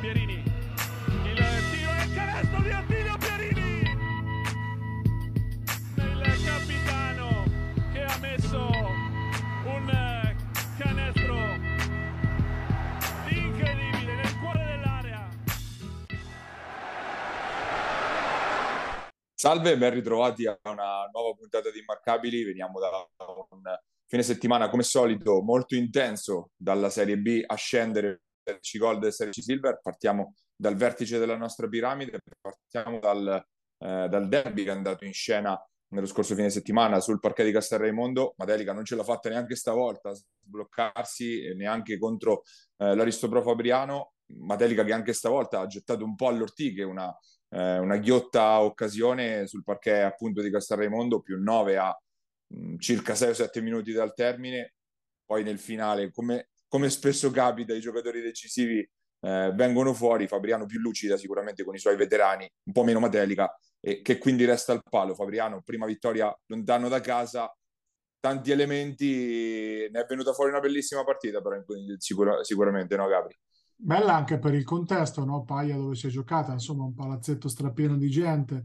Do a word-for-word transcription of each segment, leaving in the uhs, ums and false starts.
Pierini, il tiro e il canestro di Attilio Pierini, il capitano che ha messo un canestro incredibile nel cuore dell'area. Salve, ben ritrovati a una nuova puntata di Immarcabili. Veniamo da un fine settimana, come solito, molto intenso dalla Serie B a scendere per C Gold e Serie C Silver. Partiamo dal vertice della nostra piramide, partiamo dal, eh, dal derby che è andato in scena nello scorso fine settimana sul parquet di Castelraimondo. Matelica non ce l'ha fatta neanche stavolta a sbloccarsi, e neanche contro eh, l'Aristopro Fabriano. Matelica che anche stavolta ha gettato un po' all'ortiche una eh, una ghiotta occasione sul parquet appunto di Castelraimondo, più nove a mh, circa sei o sette minuti dal termine. Poi nel finale, come, come spesso capita, i giocatori decisivi eh, vengono fuori. Fabriano più lucida sicuramente con i suoi veterani, un po' meno Matelica, e che quindi resta al palo. Fabriano, prima vittoria lontano da casa, tanti elementi, ne è venuta fuori una bellissima partita, però sicura, sicuramente, no Gabri? Bella anche per il contesto, no? Paglia dove si è giocata, insomma, un palazzetto strapieno di gente,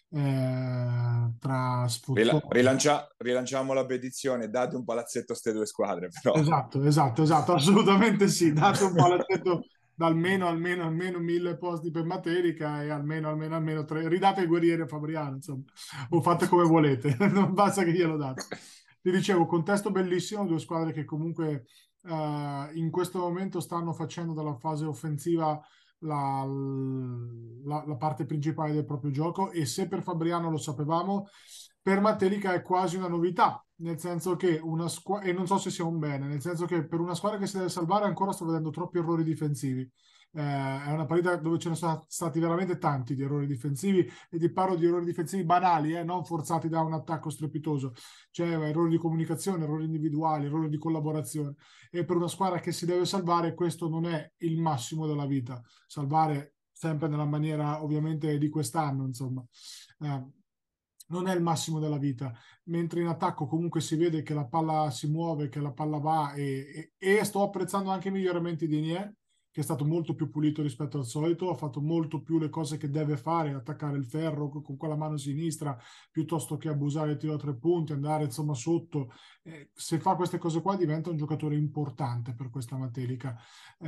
eh, tra Rila- sfottò. rilancia- rilanciamo la petizione, date un palazzetto a queste due squadre, però. Esatto, esatto, esatto, assolutamente sì. Date un palazzetto da almeno, almeno, almeno mille posti per Materica e almeno, almeno, almeno tre. Ridate il guerriere a Fabriano, insomma, o fate come volete, non basta che glielo date. Ti dicevo, contesto bellissimo, due squadre che comunque eh, in questo momento stanno facendo dalla fase offensiva la, la- la parte principale del proprio gioco, e se per Fabriano lo sapevamo, per Matelica è quasi una novità, nel senso che una squadra, e non so se sia un bene, nel senso che per una squadra che si deve salvare ancora sto vedendo troppi errori difensivi. Eh, è una partita dove ce ne sono stati veramente tanti di errori difensivi, e ti parlo di errori difensivi banali, eh, non forzati da un attacco strepitoso, cioè errori di comunicazione, errori individuali, errori di collaborazione. E per una squadra che si deve salvare questo non è il massimo della vita, salvare sempre nella maniera ovviamente di quest'anno, insomma. Eh, non è il massimo della vita, mentre in attacco comunque si vede che la palla si muove, che la palla va, e, e, e sto apprezzando anche i miglioramenti di Nier, che è stato molto più pulito rispetto al solito, ha fatto molto più le cose che deve fare, attaccare il ferro con, con quella mano sinistra, piuttosto che abusare il tiro a tre punti, andare insomma sotto. Eh, se fa queste cose qua diventa un giocatore importante per questa Matelica. Eh,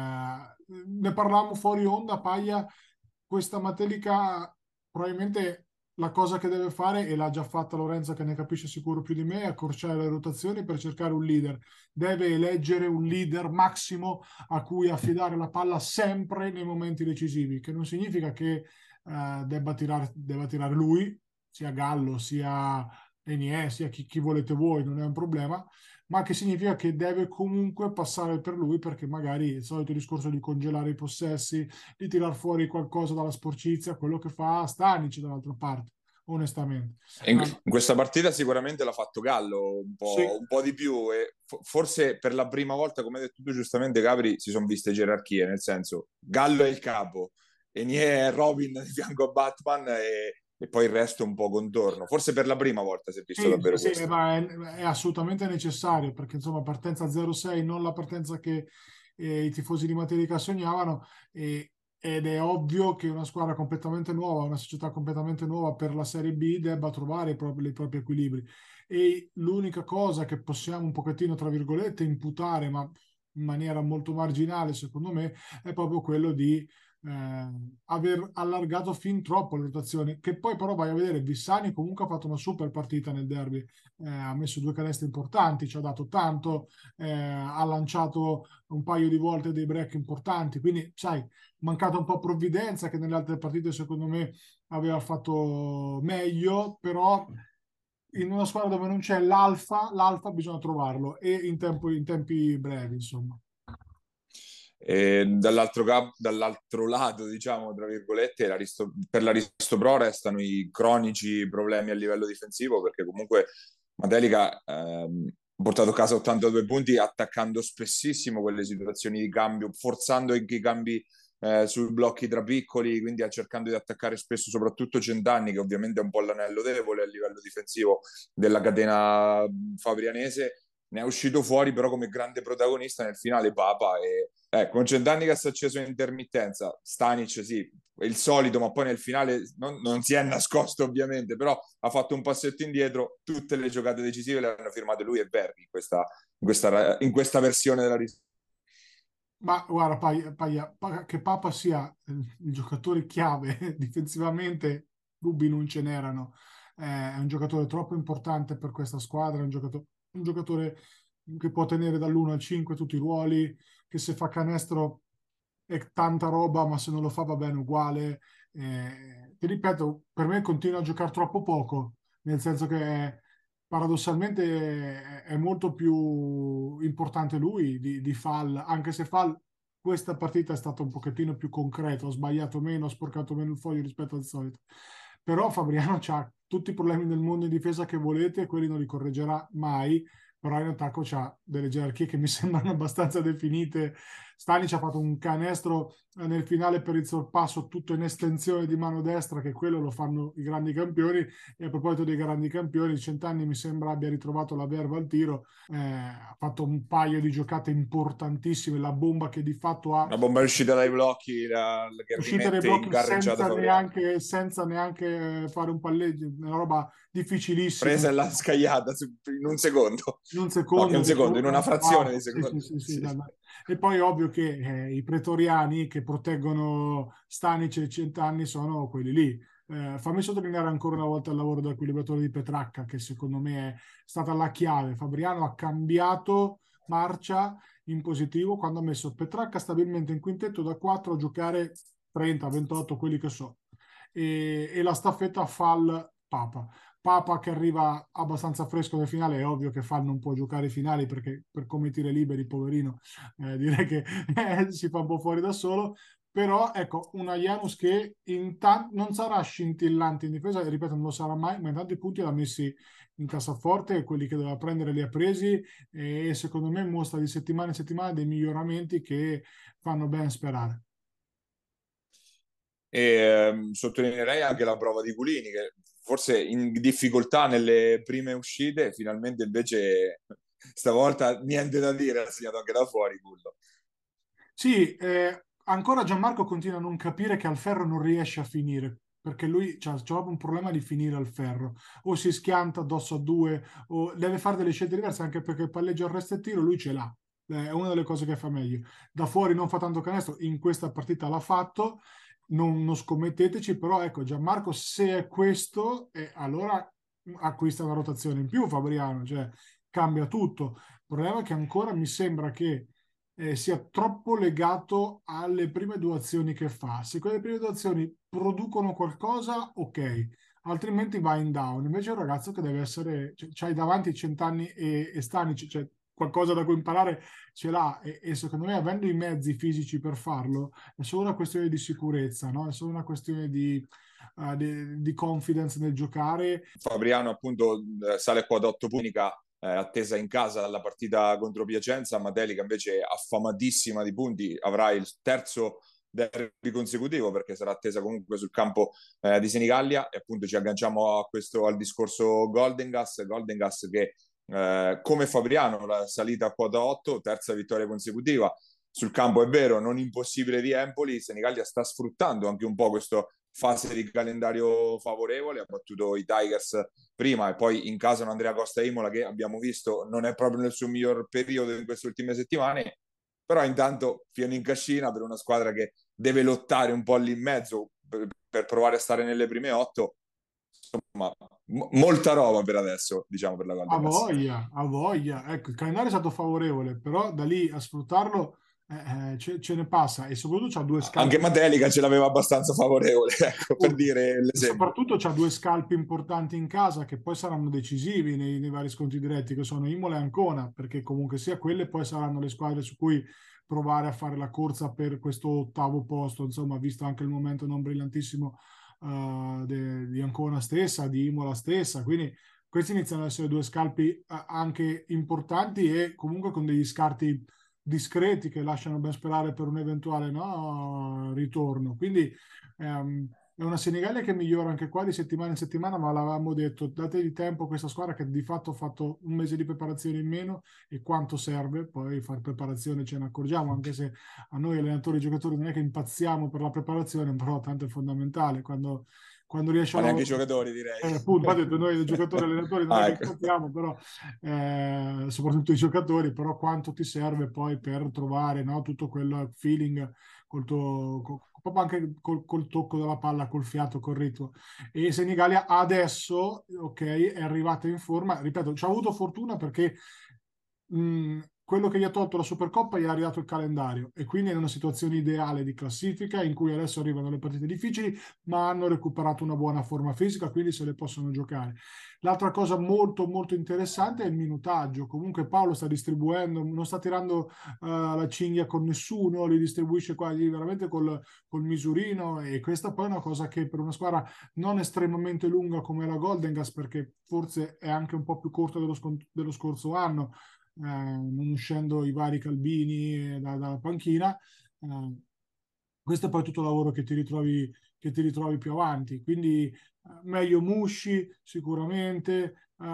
ne parlavamo fuori onda, Paglia, questa Matelica probabilmente la cosa che deve fare, e l'ha già fatta Lorenzo che ne capisce sicuro più di me, è accorciare le rotazioni per cercare un leader. Deve eleggere un leader massimo a cui affidare la palla sempre nei momenti decisivi, che non significa che eh, debba tirare, debba tirare lui, sia Gallo, sia Enier, sia chi, chi volete voi, non è un problema, ma che significa che deve comunque passare per lui, perché magari il solito discorso di congelare i possessi, di tirar fuori qualcosa dalla sporcizia, quello che fa Stanic dall'altra parte, onestamente. In, Ah, in questa partita sicuramente l'ha fatto Gallo un sì, po', un po' di più, e fo- forse per la prima volta, come hai detto tu giustamente Gabri, si sono viste gerarchie, nel senso Gallo è il capo, Enier è Robin di fianco a Batman, e, e poi il resto un po' contorno. Forse per la prima volta si è visto sì, davvero sì, eh, questo. ma è, è assolutamente necessario, perché insomma partenza zero sei, non la partenza che eh, i tifosi di Materica sognavano, e- ed è ovvio che una squadra completamente nuova, una società completamente nuova per la Serie B debba trovare i propri, i propri equilibri. E l'unica cosa che possiamo un pochettino, tra virgolette, imputare, ma in maniera molto marginale secondo me, è proprio quello di eh, aver allargato fin troppo le rotazioni, che poi però vai a vedere Vissani comunque ha fatto una super partita nel derby, eh, ha messo due canestri importanti, ci ha dato tanto, eh, ha lanciato un paio di volte dei break importanti, quindi sai, mancato un po' provvidenza che nelle altre partite secondo me aveva fatto meglio, però in una squadra dove non c'è l'alfa, l'alfa bisogna trovarlo, e in, tempo, in tempi brevi, insomma. E dall'altro, cap- dall'altro lato, diciamo, tra virgolette, l'Aristo- per l'Aristo Pro restano i cronici problemi a livello difensivo, perché comunque Matelica ehm, ha portato a casa ottantadue punti attaccando spessissimo quelle situazioni di cambio, forzando anche i cambi eh, sui blocchi tra piccoli, quindi cercando di attaccare spesso soprattutto Centanni, che ovviamente è un po' l'anello debole a livello difensivo della catena fabrianese. ne è uscito fuori però come grande protagonista nel finale Papa. E eh, con Cent'anni che si è acceso in intermittenza, Stanic sì, è il solito, ma poi nel finale non, non si è nascosto ovviamente, però ha fatto un passetto indietro, tutte le giocate decisive le hanno firmate lui e Verdi in questa, in questa, in questa versione della risultata. Ma guarda, Paglia, Paglia, Pa- che Papa sia il, il giocatore chiave difensivamente, dubbi non ce n'erano. Eh, è un giocatore troppo importante per questa squadra, è un giocatore, un giocatore che può tenere dall'uno al cinque tutti i ruoli, che se fa canestro è tanta roba, ma se non lo fa va bene uguale. Eh, ti ripeto, per me continua a giocare troppo poco, nel senso che paradossalmente è, è molto più importante lui di, di Fall, anche se Fall questa partita è stata un pochettino più concreto, ha sbagliato meno, ha sporcato meno il foglio rispetto al solito. Però Fabriano ha tutti i problemi del mondo in difesa che volete, e quelli non li correggerà mai, però in attacco c'ha delle gerarchie che mi sembrano abbastanza definite. Stanic ha fatto un canestro eh, nel finale per il sorpasso tutto in estensione di mano destra, che quello lo fanno i grandi campioni. E a proposito dei grandi campioni, Cent'anni mi sembra abbia ritrovato la verva al tiro, eh, ha fatto un paio di giocate importantissime, la bomba che di fatto ha Una bomba uscita dai blocchi la, la, che uscita dai rimette in blocchi carreggiata senza Fabriano. neanche, senza neanche fare un palleggio, una roba difficilissima. Presa e l'ha scagliata su- in un secondo. In un No, in secondo, un secondo, in una frazione di wow, sì, sì, secondo. sì, sì, Sì. dai, dai. E poi è ovvio che eh, i pretoriani che proteggono Stanic e Cent'anni sono quelli lì. Eh, fammi sottolineare ancora una volta il lavoro dell'equilibratore di Petracca, che secondo me è stata la chiave. Fabriano ha cambiato marcia in positivo quando ha messo Petracca stabilmente in quintetto da quattro a giocare trenta, ventotto, quelli che so, e, e la staffetta Fall Papa. Papa che arriva abbastanza fresco nel finale, è ovvio che Fall non può giocare i finali perché per come tiri liberi, poverino, eh, direi che eh, si fa un po' fuori da solo. Però ecco, una Janus che intan- non sarà scintillante in difesa, e ripeto, non lo sarà mai, ma in tanti punti l'ha messi in cassaforte, quelli che doveva prendere li ha presi, e secondo me mostra di settimana in settimana dei miglioramenti che fanno ben sperare. E ehm, sottolineerei anche la prova di Culini, che forse in difficoltà nelle prime uscite, finalmente invece stavolta niente da dire, ha segnato anche da fuori Cullo. Sì, eh, ancora Gianmarco continua a non capire che al ferro non riesce a finire, perché lui c'ha, c'ha proprio un problema di finire al ferro, o si schianta addosso a due, o deve fare delle scelte diverse, anche perché il palleggio arresto e tiro lui ce l'ha. Eh, È una delle cose che fa meglio. Da fuori non fa tanto canestro, in questa partita l'ha fatto, non, non scommetteteci, però ecco, Gianmarco se è questo, eh, allora acquista una rotazione in più Fabriano, cioè cambia tutto. Il problema è che ancora mi sembra che eh, sia troppo legato alle prime due azioni che fa. Se quelle prime due azioni producono qualcosa, ok, altrimenti va in down. Invece è un ragazzo che deve essere, cioè, c'hai davanti Cent'anni e, e Stanic, cioè qualcosa da cui imparare ce l'ha, e, e secondo me avendo i mezzi fisici per farlo è solo una questione di sicurezza, no? È solo una questione di, uh, di, di confidence nel giocare. Fabriano appunto eh, sale a quota otto punti, eh, attesa in casa dalla partita contro Piacenza. Matelica invece affamatissima di punti, avrà il terzo derby consecutivo perché sarà attesa comunque sul campo eh, di Senigallia. E appunto ci agganciamo a questo, al discorso Goldengas, Goldengas che eh, come Fabriano la salita a quota otto, terza vittoria consecutiva. Sul campo è vero, non impossibile di Empoli, Senigallia sta sfruttando anche un po' questo fase di calendario favorevole, ha battuto i Tigers prima e poi in casa un Andrea Costa Imola che abbiamo visto non è proprio nel suo miglior periodo in queste ultime settimane, però intanto pieno in cascina per una squadra che deve lottare un po' lì in mezzo per, per provare a stare nelle prime otto. Insomma, m- molta roba per adesso, diciamo, per la Ha Golden Gas. voglia, ha voglia. Ecco, il calendario è stato favorevole, però da lì a sfruttarlo eh, eh, ce, ce ne passa, e soprattutto c'ha due Anche scalpi. Matelica ce l'aveva abbastanza favorevole, ecco, per Appunto. dire E l'esempio. soprattutto c'ha due scalpi importanti in casa che poi saranno decisivi nei, nei vari scontri diretti, che sono Imola e Ancona, perché comunque sia quelle poi saranno le squadre su cui provare a fare la corsa per questo ottavo posto, insomma, visto anche il momento non brillantissimo uh, de, di Ancona stessa, di Imola stessa, quindi questi iniziano ad essere due scalpi uh, anche importanti, e comunque con degli scarti discreti che lasciano ben sperare per un eventuale no, ritorno. Quindi ehm, è una Senigallia che migliora anche qua di settimana in settimana, ma l'avevamo detto, dategli tempo a questa squadra che di fatto ha fatto un mese di preparazione in meno, e quanto serve, poi fare preparazione ce ne accorgiamo, anche se a noi allenatori e giocatori non è che impazziamo per la preparazione, però tanto è fondamentale, quando, quando riesci a Ma neanche i lavorare. giocatori, direi. Eh, appunto, infatti, noi giocatori e allenatori non è Ah, che ecco. impazziamo, però eh, soprattutto i giocatori, però quanto ti serve poi per trovare, no, tutto quel feeling col tuo, col- proprio anche col, col tocco della palla, col fiato, col ritmo. E Senigallia adesso, ok, è arrivata in forma, ripeto, ci ha avuto fortuna perché mh, quello che gli ha tolto la Supercoppa gli ha ridato il calendario, e quindi è in una situazione ideale di classifica in cui adesso arrivano le partite difficili, ma hanno recuperato una buona forma fisica, quindi se le possono giocare. L'altra cosa molto molto interessante è il minutaggio. Comunque Paolo sta distribuendo, non sta tirando uh, la cinghia con nessuno, li distribuisce quasi veramente col, col misurino, e questa poi è una cosa che per una squadra non estremamente lunga come la Golden Gas, perché forse è anche un po' più corta dello, dello scorso anno, eh, non uscendo i vari Calbini da, dalla panchina, eh, questo è poi tutto il lavoro che ti ritrovi, che ti ritrovi più avanti. Quindi eh, meglio Musci sicuramente, eh,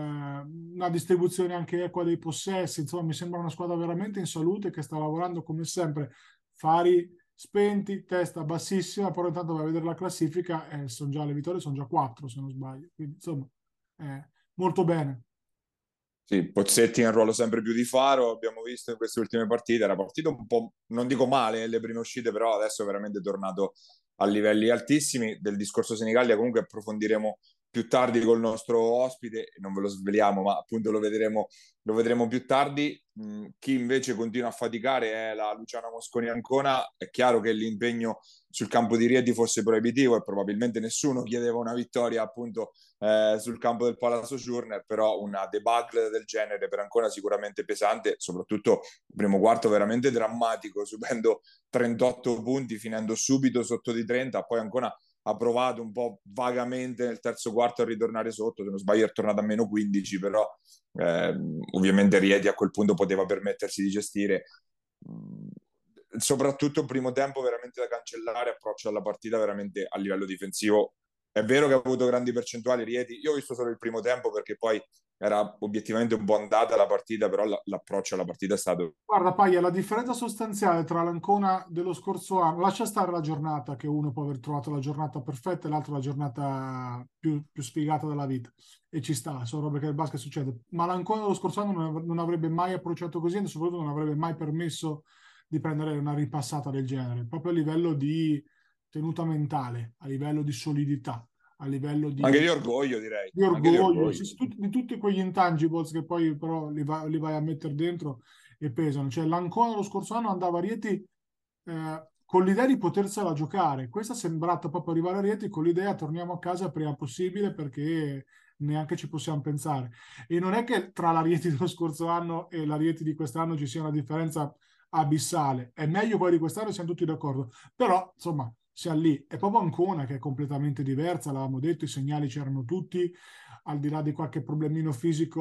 una distribuzione anche equa dei possessi, insomma mi sembra una squadra veramente in salute che sta lavorando come sempre, fari spenti, testa bassissima, però intanto vai a vedere la classifica e sono già le vittorie, sono già quattro se non sbaglio, quindi insomma eh, molto bene. Sì, Pozzetti nel ruolo sempre più di faro, abbiamo visto in queste ultime partite, era partito un po', non dico male nelle prime uscite, però adesso è veramente tornato a livelli altissimi. Del discorso Senigallia comunque approfondiremo più tardi col nostro ospite, non ve lo sveliamo, ma appunto lo vedremo, lo vedremo più tardi. Mm, chi invece continua a faticare è la Luciana Mosconi Ancona. È chiaro che l'impegno sul campo di Rieti fosse proibitivo e probabilmente nessuno chiedeva una vittoria appunto eh, sul campo del Palazzo Ciurner, però una debacle del genere per Ancona sicuramente pesante, soprattutto il primo quarto veramente drammatico, subendo trentotto punti, finendo subito sotto di trenta, poi Ancona ha provato un po' vagamente nel terzo quarto a ritornare sotto, se non sbaglio è tornato a meno quindici, però eh, ovviamente Rieti a quel punto poteva permettersi di gestire. Soprattutto il primo tempo veramente da cancellare, approccio alla partita veramente a livello difensivo. È vero che ha avuto grandi percentuali Rieti, io ho visto solo il primo tempo perché poi era obiettivamente un po' andata la partita, però l'approccio alla partita è stato... Guarda, Paglia, la differenza sostanziale tra l'Ancona dello scorso anno, lascia stare la giornata, che uno può aver trovato la giornata perfetta e l'altro la giornata più, più sfigata della vita, e ci sta, sono robe che nel basket succede, ma l'Ancona dello scorso anno non, av- non avrebbe mai approcciato così, e soprattutto non avrebbe mai permesso di prendere una ripassata del genere, proprio a livello di tenuta mentale, a livello di solidità, a livello Anche di di orgoglio, direi. di Anche di orgoglio, sì, orgoglio. sì, tutti- di tutti quegli intangibles che poi però li, va- li vai a mettere dentro e pesano. Cioè l'Ancona lo scorso anno andava a Rieti eh, con l'idea di potersela giocare. Questa è sembrata proprio arrivare a Rieti con l'idea torniamo a casa prima possibile perché neanche ci possiamo pensare. E non è che tra la Rieti dello scorso anno e la Rieti di quest'anno ci sia una differenza abissale. È meglio quella di quest'anno, siamo tutti d'accordo. Però, insomma, siamo lì. È proprio Ancona che è completamente diversa, l'avevamo detto, i segnali c'erano tutti, al di là di qualche problemino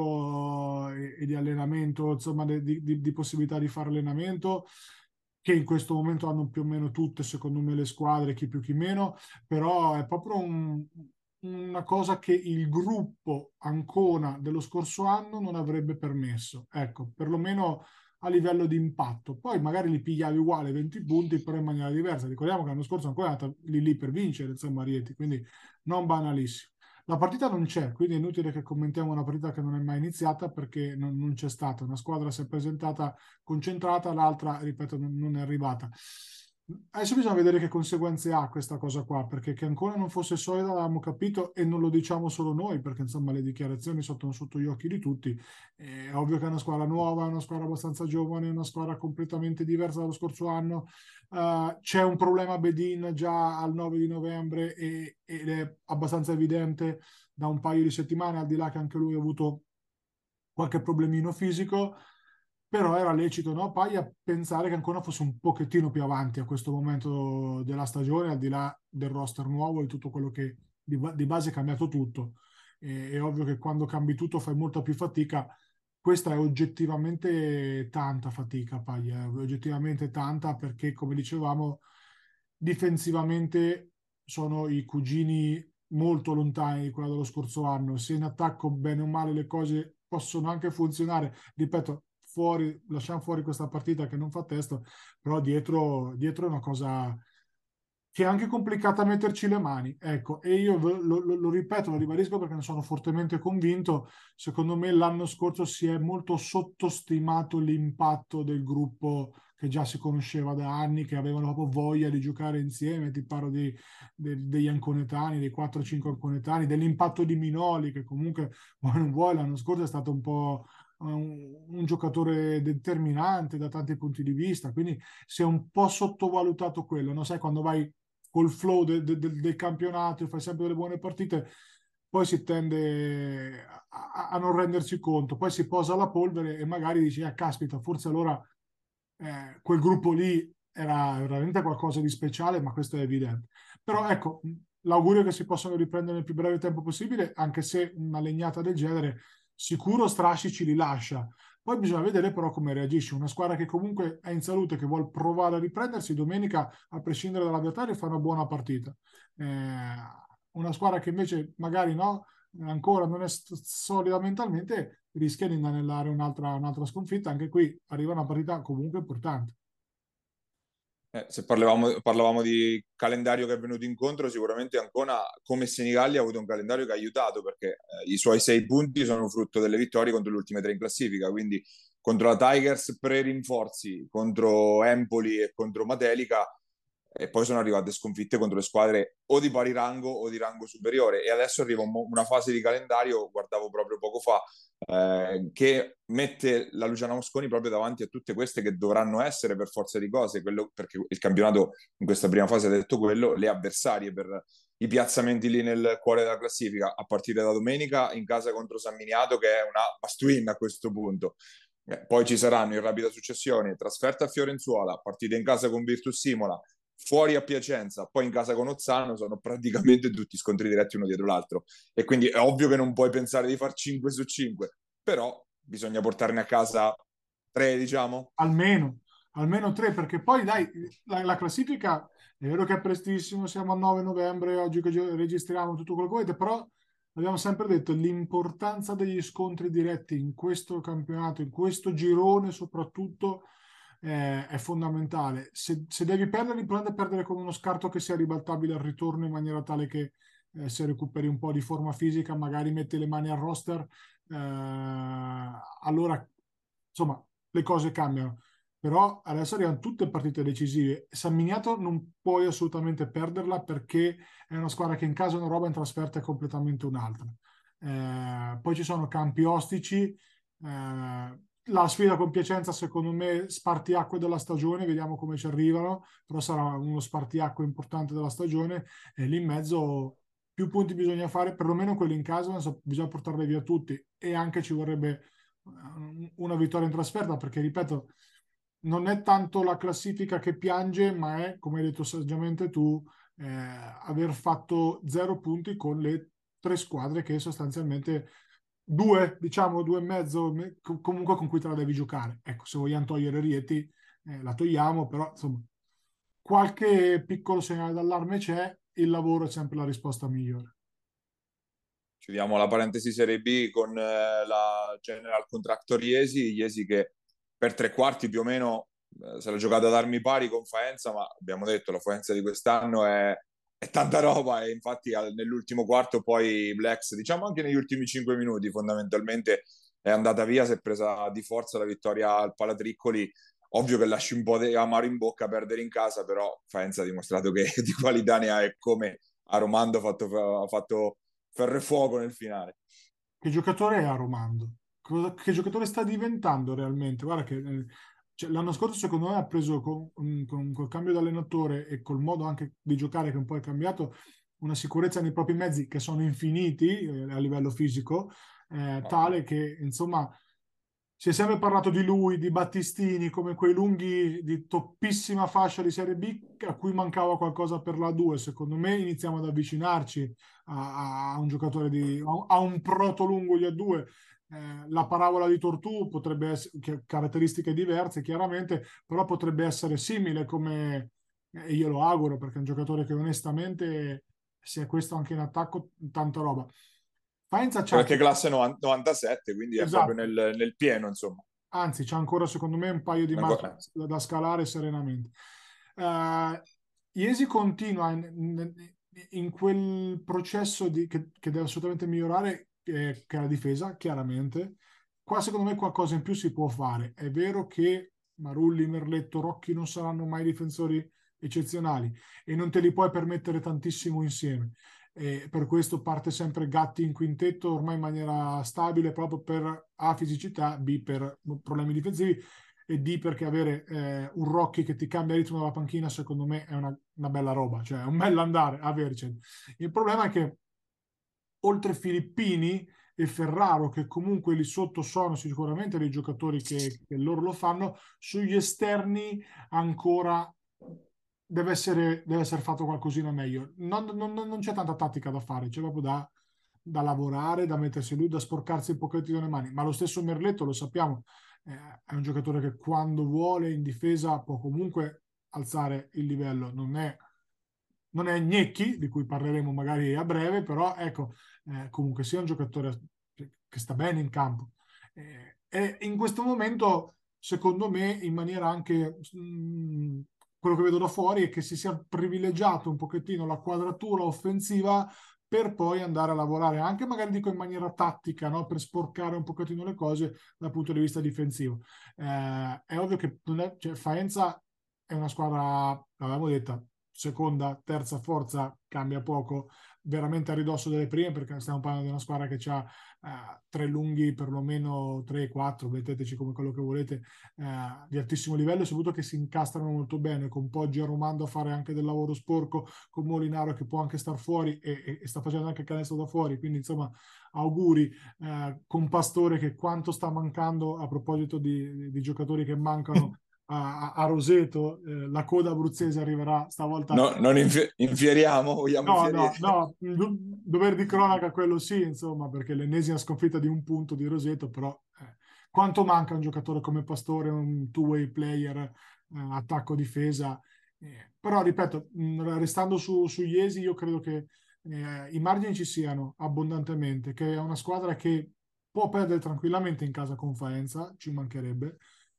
fisico e, e di allenamento, insomma, di, di, di possibilità di fare allenamento, che in questo momento hanno più o meno tutte, secondo me, le squadre, chi più chi meno, però è proprio un, una cosa che il gruppo Ancona dello scorso anno non avrebbe permesso. Ecco, perlomeno a livello di impatto. Poi magari li pigliavi uguale venti punti, però in maniera diversa. Ricordiamo che l'anno scorso ancora è andata lì lì per vincere, insomma, Rieti, quindi non banalissimo. La partita non c'è, quindi è inutile che commentiamo una partita che non è mai iniziata perché non, non c'è stata. Una squadra si è presentata concentrata, l'altra, ripeto, non, non è arrivata. Adesso bisogna vedere che conseguenze ha questa cosa qua, perché che ancora non fosse solida l'abbiamo capito e non lo diciamo solo noi, perché insomma le dichiarazioni sono sotto gli occhi di tutti. È ovvio che è una squadra nuova, è una squadra abbastanza giovane, è una squadra completamente diversa dallo scorso anno. Uh, c'è un problema Bedin già al nove di novembre e, ed è abbastanza evidente da un paio di settimane, al di là che anche lui ha avuto qualche problemino fisico, però era lecito, no? Poi a pensare che ancora fosse un pochettino più avanti a questo momento della stagione, al di là del roster nuovo e tutto quello che di, di base è cambiato tutto. E, è ovvio che quando cambi tutto fai molta più fatica. Questa è oggettivamente tanta fatica, Paglia, oggettivamente tanta perché, come dicevamo, difensivamente sono i cugini molto lontani di quella dello scorso anno. Se in attacco, bene o male, le cose possono anche funzionare, ripeto, fuori, lasciamo fuori questa partita che non fa testo, però dietro, dietro è una cosa che è anche complicata metterci le mani. Ecco, e io lo, lo- lo ripeto, lo ribadisco perché ne sono fortemente convinto. Secondo me l'anno scorso si è molto sottostimato l'impatto del gruppo che già si conosceva da anni, che avevano proprio voglia di giocare insieme. Ti parlo di- de- degli anconetani, dei quattro cinque anconetani, dell'impatto di Minoli, che comunque, vuoi non vuoi, l'anno scorso è stato un po' un, un giocatore determinante da tanti punti di vista, quindi si è un po' sottovalutato quello, no? Sai, quando vai col flow de- de- de- del campionato e fai sempre delle buone partite, poi si tende a, a non rendersi conto, poi si posa la polvere e magari dici, ah, caspita, forse allora eh, quel gruppo lì era veramente qualcosa di speciale, ma questo è evidente. Però ecco, l'augurio è che si possano riprendere nel più breve tempo possibile, anche se una legnata del genere sicuro strascici li lascia. Poi bisogna vedere però come reagisce. Una squadra che comunque è in salute, che vuole provare a riprendersi, domenica, a prescindere dall'avversario, fa una buona partita. Eh, una squadra che invece magari no, ancora non è st- solida mentalmente, rischia di inanellare un'altra, un'altra sconfitta. Anche qui arriva una partita comunque importante. Eh, se parlavamo, parlavamo di calendario che è venuto incontro, sicuramente Ancona, come Senigallia, ha avuto un calendario che ha aiutato perché eh, i suoi sei punti sono frutto delle vittorie contro le ultime tre in classifica, quindi contro la Tigers pre-rinforzi, contro Empoli e contro Matelica, e poi sono arrivate sconfitte contro le squadre o di pari rango o di rango superiore, e adesso arriva un mo- una fase di calendario, guardavo proprio poco fa, eh, che mette la Luciana Mosconi proprio davanti a tutte queste che dovranno essere per forza di cose, quello, perché il campionato in questa prima fase ha detto quello, le avversarie per i piazzamenti lì nel cuore della classifica, a partire da domenica in casa contro San Miniato, che è una must win a questo punto. Eh, poi ci saranno in rapida successione trasferta a Fiorenzuola, partita in casa con Virtus Simola, fuori a Piacenza, poi in casa con Ozzano, sono praticamente tutti scontri diretti uno dietro l'altro. E quindi è ovvio che non puoi pensare di far cinque su cinque, però bisogna portarne a casa tre, diciamo. Almeno, almeno tre, perché poi dai, la, la classifica è vero che è prestissimo, siamo al nove novembre, oggi che registriamo tutto quello che volete, però abbiamo sempre detto l'importanza degli scontri diretti in questo campionato, in questo girone soprattutto, eh, è fondamentale. Se, se devi perdere, prendi a perdere con uno scarto che sia ribaltabile al ritorno in maniera tale che eh, se recuperi un po' di forma fisica, magari metti le mani al roster, eh, allora insomma le cose cambiano. Però adesso arrivano tutte partite decisive. San Miniato non puoi assolutamente perderla perché è una squadra che in casa è una roba, in trasferta è completamente un'altra. Eh, poi ci sono campi ostici. Eh, la sfida con Piacenza, secondo me, spartiacque della stagione, vediamo come ci arrivano, però sarà uno spartiacque importante della stagione e lì in mezzo più punti bisogna fare, perlomeno quelli in casa, so, bisogna portarli via tutti e anche ci vorrebbe eh, una vittoria in trasferta perché, ripeto, non è tanto la classifica che piange, ma è, come hai detto saggiamente tu, eh, aver fatto zero punti con le tre squadre che sostanzialmente due, diciamo due e mezzo, comunque con cui te la devi giocare. Ecco, se vogliamo togliere Rieti, eh, la togliamo, però insomma, qualche piccolo segnale d'allarme c'è, il lavoro è sempre la risposta migliore. Chiudiamo la parentesi Serie B con eh, la General Contractor Iesi, Iesi che per tre quarti più o meno eh, se l'ha giocata ad armi pari con Faenza, ma abbiamo detto la Faenza di quest'anno è, è tanta roba, e infatti al- nell'ultimo quarto poi Blacks, diciamo anche negli ultimi cinque minuti fondamentalmente, è andata via, si è presa di forza la vittoria al Palatriccoli. Ovvio che lasci un po' di amaro in bocca perdere in casa, però Faenza ha dimostrato che di qualità ne ha, e come a Romando ha fatto, ha fatto ferro e fuoco nel finale. Che giocatore è Aromando? Cosa- che giocatore sta diventando realmente? Guarda che eh, cioè, l'anno scorso secondo me ha preso con, con, col cambio di allenatore e col modo anche di giocare che un po' è cambiato, una sicurezza nei propri mezzi che sono infiniti eh, a livello fisico, eh, No, tale che insomma si è sempre parlato di lui, di Battistini, come quei lunghi di toppissima fascia di Serie B a cui mancava qualcosa per la due. Secondo me iniziamo ad avvicinarci a, a un giocatore di, a un proto lungo di A due. Eh, la parabola di Tortù potrebbe essere, che caratteristiche diverse chiaramente, però potrebbe essere simile come, e io lo auguro perché è un giocatore che onestamente, se è questo anche in attacco, tanta roba. Faenza c'ha Perché classe novanta novantasette, quindi è proprio esatto, nel, nel pieno, insomma. anzi c'è ancora secondo me un paio di marce Ancora- da, da scalare serenamente. Uh, Iesi continua in, in- in quel processo di- che, che deve assolutamente migliorare, che, che è la difesa, chiaramente. Qua secondo me qualcosa in più si può fare. È vero che Marulli, Merletto, Rocchi non saranno mai difensori eccezionali e non te li puoi permettere tantissimo insieme. E per questo parte sempre Gatti in quintetto ormai in maniera stabile proprio per A fisicità, B per problemi difensivi e D perché avere eh, un Rocchi che ti cambia il ritmo della panchina secondo me è una, una bella roba, cioè è un bel andare a avercene. Il problema è che oltre Filippini e Ferraro, che comunque lì sotto sono sicuramente dei giocatori che, che loro lo fanno, sugli esterni ancora deve essere, deve essere fatto qualcosina meglio. Non, non- non c'è tanta tattica da fare, c'è proprio da, da lavorare, da mettersi lui, da sporcarsi un pochettino le mani. Ma lo stesso Merletto, lo sappiamo, eh, è un giocatore che quando vuole in difesa può comunque alzare il livello. Non è, non è Gnecchi, di cui parleremo magari a breve, però ecco, eh, comunque sia un giocatore che, che sta bene in campo. Eh, e in questo momento, secondo me, in maniera anche mh, quello che vedo da fuori è che si sia privilegiato un pochettino la quadratura offensiva per poi andare a lavorare anche magari dico in maniera tattica, no? Per sporcare un pochettino le cose dal punto di vista difensivo. Eh, è ovvio che non è, cioè, Faenza è una squadra, l'avevamo detta, seconda, terza forza, cambia poco, veramente a ridosso delle prime perché stiamo parlando di una squadra che ha eh, tre lunghi, perlomeno tre quattro, metteteci come quello che volete, eh, di altissimo livello e soprattutto che si incastrano molto bene, con Poggi e Romando a fare anche del lavoro sporco, con Molinaro che può anche star fuori e, e, e sta facendo anche canestro da fuori, quindi insomma auguri, eh, con Pastore che quanto sta mancando a proposito di, di, di giocatori che mancano a, a Roseto, eh, la coda abruzzese arriverà stavolta. No, non infi- infieriamo, vogliamo No, no, infierire. no, do- dover di cronaca quello sì, insomma, perché l'ennesima sconfitta di un punto di Roseto, però eh, quanto manca un giocatore come Pastore, un two-way player, eh, attacco-difesa. Eh, però, ripeto, mh, restando su, su Iesi, io credo che eh, i margini ci siano abbondantemente, che è una squadra che può perdere tranquillamente in casa con Faenza, ci mancherebbe,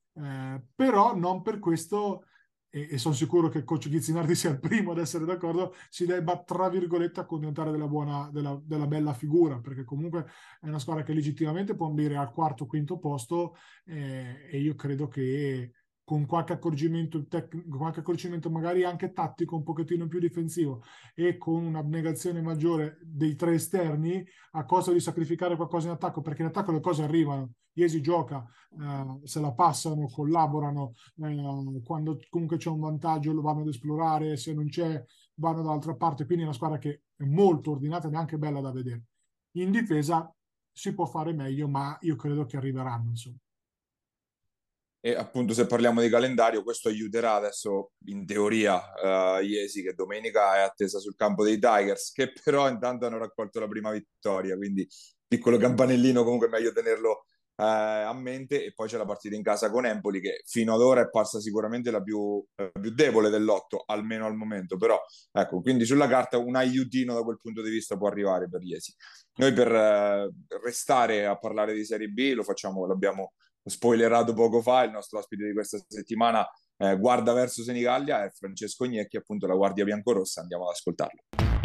eh, però non per questo e, e sono sicuro che il coach Ghizzinardi sia il primo ad essere d'accordo, si debba, tra virgolette, accontentare della buona, della, della bella figura, perché comunque è una squadra che legittimamente può ambire al quarto o quinto posto eh, e io credo che con qualche accorgimento, tec- qualche accorgimento magari anche tattico, un pochettino più difensivo e con un'abnegazione maggiore dei tre esterni a costo di sacrificare qualcosa in attacco, perché in attacco le cose arrivano. Iesi gioca, eh, se la passano, collaborano, eh, quando comunque c'è un vantaggio lo vanno ad esplorare, se non c'è vanno dall'altra parte, quindi è una squadra che è molto ordinata e neanche bella da vedere. In difesa si può fare meglio, ma io credo che arriveranno, insomma. E appunto se parliamo di calendario, questo aiuterà adesso in teoria uh, Iesi che domenica è attesa sul campo dei Tigers, che però intanto hanno raccolto la prima vittoria, quindi piccolo campanellino comunque è meglio tenerlo eh, a mente. E poi c'è la partita in casa con Empoli che fino ad ora è parsa sicuramente la più, la più debole dell'otto, almeno al momento, però ecco, quindi sulla carta un aiutino da quel punto di vista può arrivare per Iesi. Noi per eh, restare a parlare di Serie B lo facciamo, l'abbiamo spoilerato poco fa, il nostro ospite di questa settimana eh, guarda verso Senigallia, è Francesco Gnecchi, appunto la Guardia Biancorossa, andiamo ad ascoltarlo.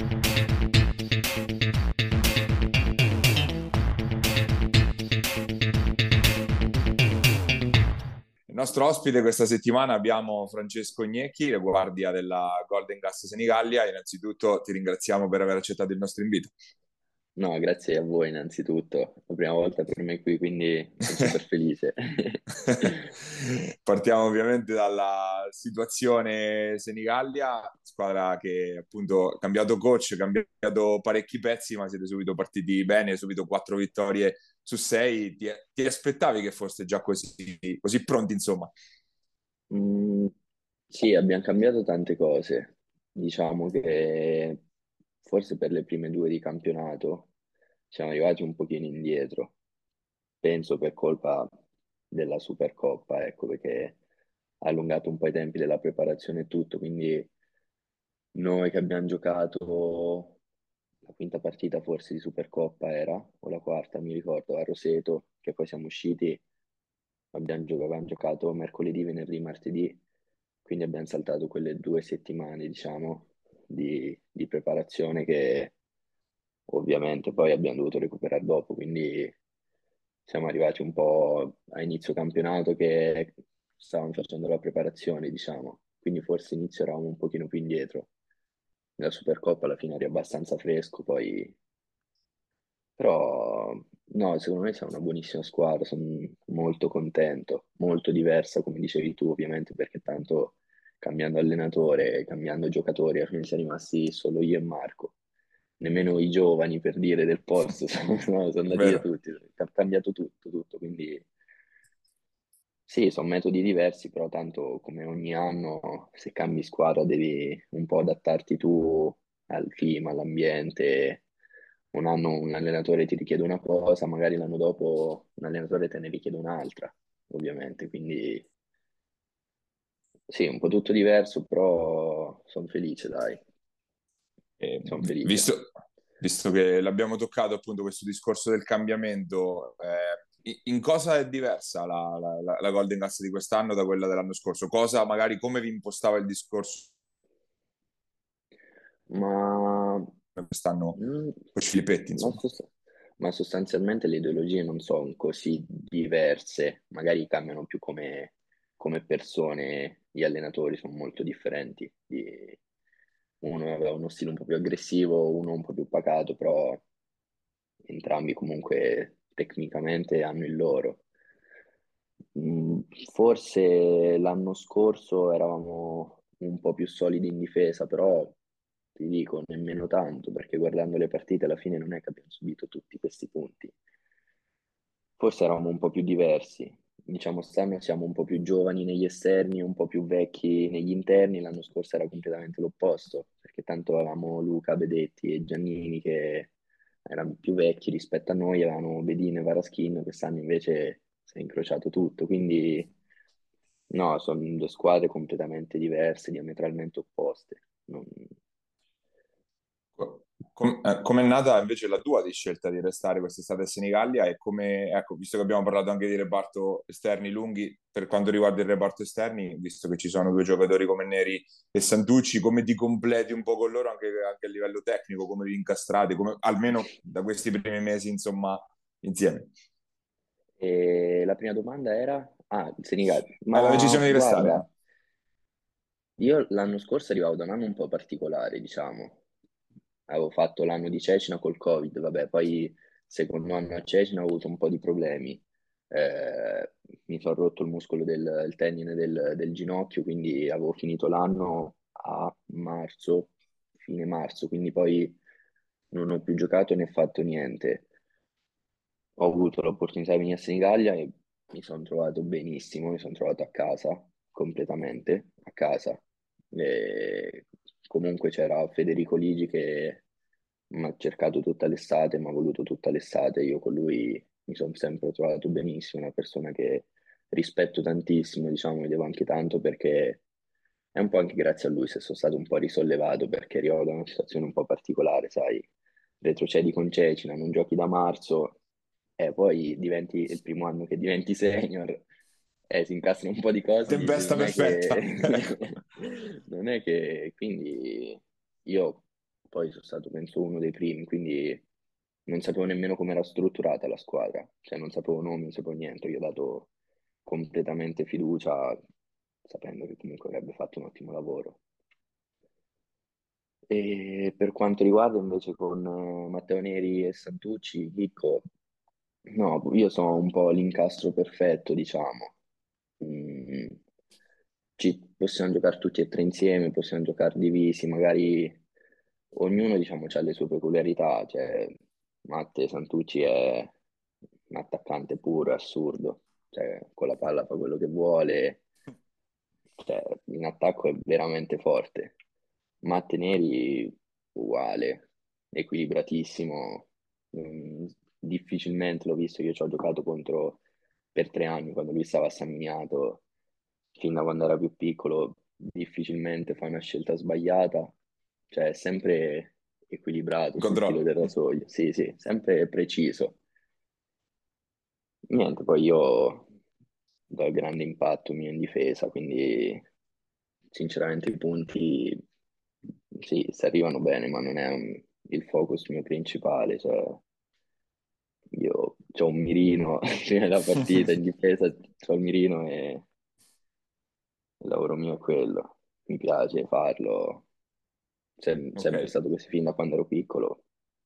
Il nostro ospite questa settimana abbiamo Francesco Gnecchi, la guardia della Golden Gas Senigallia. Innanzitutto ti ringraziamo per aver accettato il nostro invito. No, grazie a voi innanzitutto, è la prima volta per me qui, quindi sono super felice. Partiamo ovviamente dalla situazione Senigallia, squadra che appunto ha cambiato coach, ha cambiato parecchi pezzi, ma siete subito partiti bene, subito quattro vittorie su sei. Ti, ti aspettavi che foste già così, così pronti, insomma? Mm, sì, abbiamo cambiato tante cose. Diciamo che forse per le prime due di campionato siamo arrivati un pochino indietro. Penso per colpa della Supercoppa, ecco, perché ha allungato un po' i tempi della preparazione e tutto, quindi Noi che abbiamo giocato la quinta partita forse di Supercoppa era, o la quarta, mi ricordo, a Roseto, che poi siamo usciti, abbiamo, giocato, abbiamo giocato mercoledì, venerdì, martedì, quindi abbiamo saltato quelle due settimane, diciamo, di, di preparazione che ovviamente poi abbiamo dovuto recuperare dopo, quindi siamo arrivati un po' a inizio campionato che stavamo facendo la preparazione, diciamo, quindi forse inizio eravamo un pochino più indietro. Nella Supercoppa alla fine eri abbastanza fresco, poi però no, secondo me siamo una buonissima squadra, sono molto contento, molto diversa come dicevi tu ovviamente perché tanto cambiando allenatore, cambiando giocatori, alla fine siamo rimasti solo io e Marco, nemmeno i giovani per dire del posto, sono, sono andati via Vero. tutti, è cambiato tutto, tutto, quindi sì, sono metodi diversi, però tanto come ogni anno se cambi squadra devi un po' adattarti tu al clima, all'ambiente. Un anno un allenatore ti richiede una cosa, magari l'anno dopo un allenatore te ne richiede un'altra, ovviamente. Quindi sì, un po' tutto diverso, però sono felice, dai, E sono felice. visto, visto che l'abbiamo toccato appunto questo discorso del cambiamento, eh, in in cosa è diversa la, la, la- la Golden Gas di quest'anno da quella dell'anno scorso? Cosa magari come vi impostava il discorso Ma, quest'anno mm, con Filippetti, ma insomma? sost- ma sostanzialmente le ideologie non sono così diverse, magari cambiano più come, come persone, gli allenatori sono molto differenti. Di- Uno aveva uno stile un po' più aggressivo, uno un po' più pacato, però entrambi comunque tecnicamente hanno il loro. Mm, Forse l'anno scorso eravamo un po' più solidi in difesa, però ti dico nemmeno tanto, perché guardando le partite alla fine non è che abbiamo subito tutti questi punti. Forse eravamo un po' più diversi. Diciamo, quest'anno siamo un po' più giovani negli esterni, un po' più vecchi negli interni. L'anno scorso era completamente l'opposto, perché tanto avevamo Luca, Bedetti e Giannini che erano più vecchi rispetto a noi, avevano Bedin e Varaschin, quest'anno invece si è incrociato tutto. Quindi no, sono due squadre completamente diverse, diametralmente opposte. Non- Com- eh, com'è nata invece la tua di scelta di restare quest'estate a Senigallia e come, ecco, visto che abbiamo parlato anche di reparto esterni lunghi, per quanto riguarda il reparto esterni, visto che ci sono due giocatori come Neri e Santucci, come ti completi un po' con loro anche, anche a livello tecnico, come vi incastrate, come, almeno da questi primi mesi, insomma, insieme? E la prima domanda era? Ah, il Senigallia. È la Ma decisione di restare. guarda, io l'anno scorso arrivavo da un anno un po' particolare, diciamo. Avevo fatto l'anno di Cecina col Covid, vabbè, poi secondo anno a Cecina ho avuto un po' di problemi. Eh, Mi sono rotto il muscolo del il tendine del, del ginocchio, quindi avevo finito l'anno a marzo, fine marzo, quindi poi non ho più giocato né fatto niente. Ho avuto l'opportunità di venire a Senigallia e mi sono trovato benissimo, mi sono trovato a casa, completamente a casa. E comunque c'era Federico Ligi che mi ha cercato tutta l'estate, mi ha voluto tutta l'estate, io con lui mi sono sempre trovato benissimo, una persona che rispetto tantissimo, diciamo, mi devo anche tanto perché è un po' anche grazie a lui se sono stato un po' risollevato perché arrivavo da una situazione un po' particolare, sai, retrocedi con Cecina, non giochi da marzo e poi diventi il primo anno che diventi senior e si incastrano un po' di cose e dici Tempesta non è perfetta. che non è che quindi io poi sono stato penso uno dei primi, quindi non sapevo nemmeno come era strutturata la squadra, cioè non sapevo nomi, non sapevo niente, io ho dato completamente fiducia sapendo che comunque avrebbe fatto un ottimo lavoro. E per quanto riguarda invece con eh, Matteo Neri e Santucci, Chicco, no, io sono un po' l'incastro perfetto, diciamo. Mm, ci possiamo giocare tutti e tre insieme, possiamo giocare divisi, magari ognuno, diciamo, ha le sue peculiarità, cioè Matte Santucci è un attaccante puro, è assurdo, cioè con la palla fa quello che vuole, cioè, in attacco è veramente forte. Matte Neri uguale, equilibratissimo. Mm, difficilmente l'ho visto, io ci ho giocato contro per tre anni quando lui stava a San Miniato, fin da quando era più piccolo, difficilmente fa una scelta sbagliata. cioè è sempre equilibrato sul filo Controllo. del rasoio, sì, sì, sempre preciso. Niente, poi io do il grande impatto mio in difesa, quindi sinceramente i punti sì, si arrivano bene, ma non è un- il focus mio principale. Cioè, io ho un mirino prima della partita, in difesa ho il mirino e il lavoro mio è quello. Mi piace farlo, Sem- Ok, sempre stato così fin da quando ero piccolo.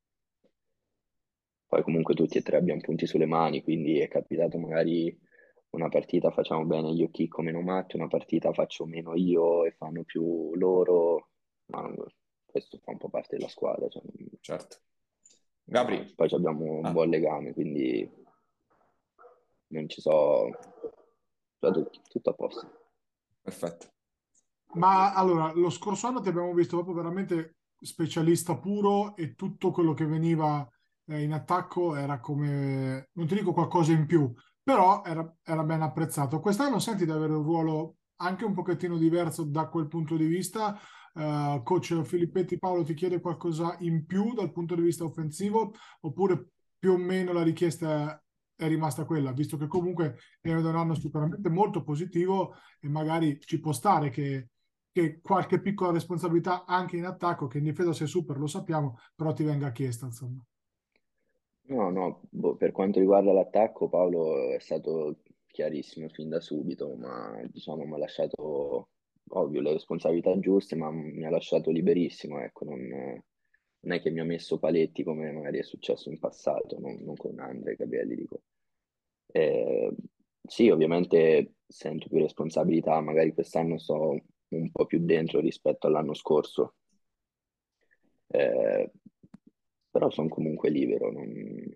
Poi comunque tutti e tre abbiamo punti sulle mani, quindi è capitato magari una partita facciamo bene io chicco meno Matte, una partita faccio meno io e fanno più loro, ma questo fa un po' parte della squadra, cioè, certo. no, Gabri. poi ci abbiamo un Ah, buon legame, quindi non ci so, cioè, tutto, tutto a posto. perfetto. Ma allora, lo scorso anno ti abbiamo visto proprio veramente specialista puro e tutto quello che veniva eh, in attacco era come, non ti dico qualcosa in più, però era, era ben apprezzato. Quest'anno senti di avere un ruolo anche un pochettino diverso da quel punto di vista. Eh, coach Filippetti Paolo ti chiede qualcosa in più dal punto di vista offensivo oppure più o meno la richiesta è rimasta quella, visto che comunque viene da un anno sicuramente molto positivo e magari ci può stare che che qualche piccola responsabilità anche in attacco, che in difesa sei super, lo sappiamo, però ti venga chiesta, insomma. No, no, boh, per quanto riguarda l'attacco, Paolo è stato chiarissimo fin da subito, ma diciamo mi ha lasciato, ovvio, le responsabilità giuste, ma mi ha lasciato liberissimo, ecco, non, non è che mi ha messo paletti come magari è successo in passato, non, non con Andre Gabrielli, dico. Eh, sì, ovviamente sento più responsabilità, magari quest'anno sto un po' più dentro rispetto all'anno scorso. Eh, Però sono comunque libero, non,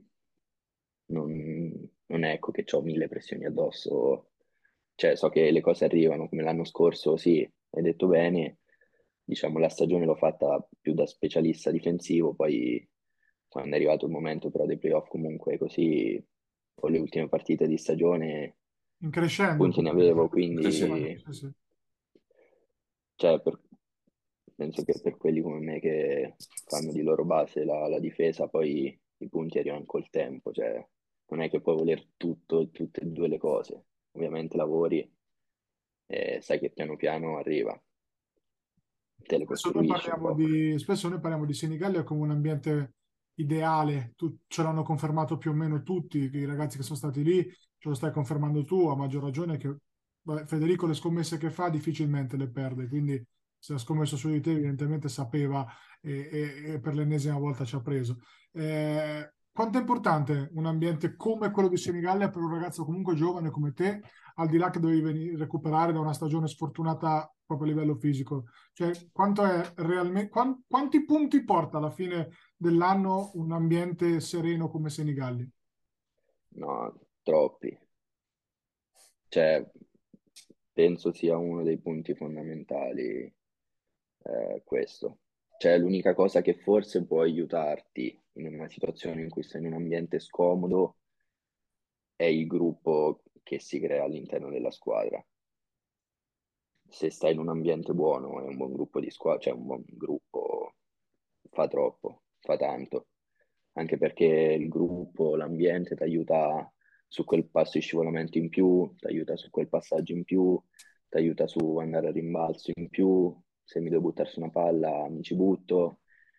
non, non è ecco che ho mille pressioni addosso, cioè so che le cose arrivano come l'anno scorso, sì, hai detto bene, diciamo la stagione l'ho fatta più da specialista difensivo, poi quando è arrivato il momento però dei playoff comunque così, con le ultime partite di stagione In crescendo, punti ne avevo, Sì, sì. quindi sì, sì. cioè, per- penso che per quelli come me che fanno di loro base la, la difesa, poi i punti arrivano col tempo, cioè non è che puoi voler tutto e tutte e due le cose. Ovviamente lavori e sai che piano piano arriva, te le Spesso noi costruisci un parliamo po'. di, spesso noi parliamo di Senigallia come un ambiente ideale, tu, ce l'hanno confermato più o meno tutti, i ragazzi che sono stati lì, ce lo stai confermando tu, a maggior ragione che vabbè, Federico le scommesse che fa difficilmente le perde, quindi se ha scommesso su di te evidentemente sapeva e, e- e per l'ennesima volta ci ha preso. Eh, quanto è importante un ambiente come quello di Senigallia per un ragazzo comunque giovane come te, al di là che dovevi venire, recuperare da una stagione sfortunata proprio a livello fisico? Cioè, quanto è realmente, quan- quanti punti porta alla fine dell'anno un ambiente sereno come Senigallia? No, troppi. Cioè, penso sia uno dei punti fondamentali, eh, questo. Cioè, l'unica cosa che forse può aiutarti in una situazione in cui sei in un ambiente scomodo è il gruppo che si crea all'interno della squadra. Se stai in un ambiente buono, è un buon gruppo di squadra, cioè un buon gruppo fa troppo, fa tanto, anche perché il gruppo, l'ambiente ti aiuta su quel passo di scivolamento in più, ti aiuta su quel passaggio in più, ti aiuta su andare a rimbalzo in più, se mi devo buttare su una palla mi ci butto,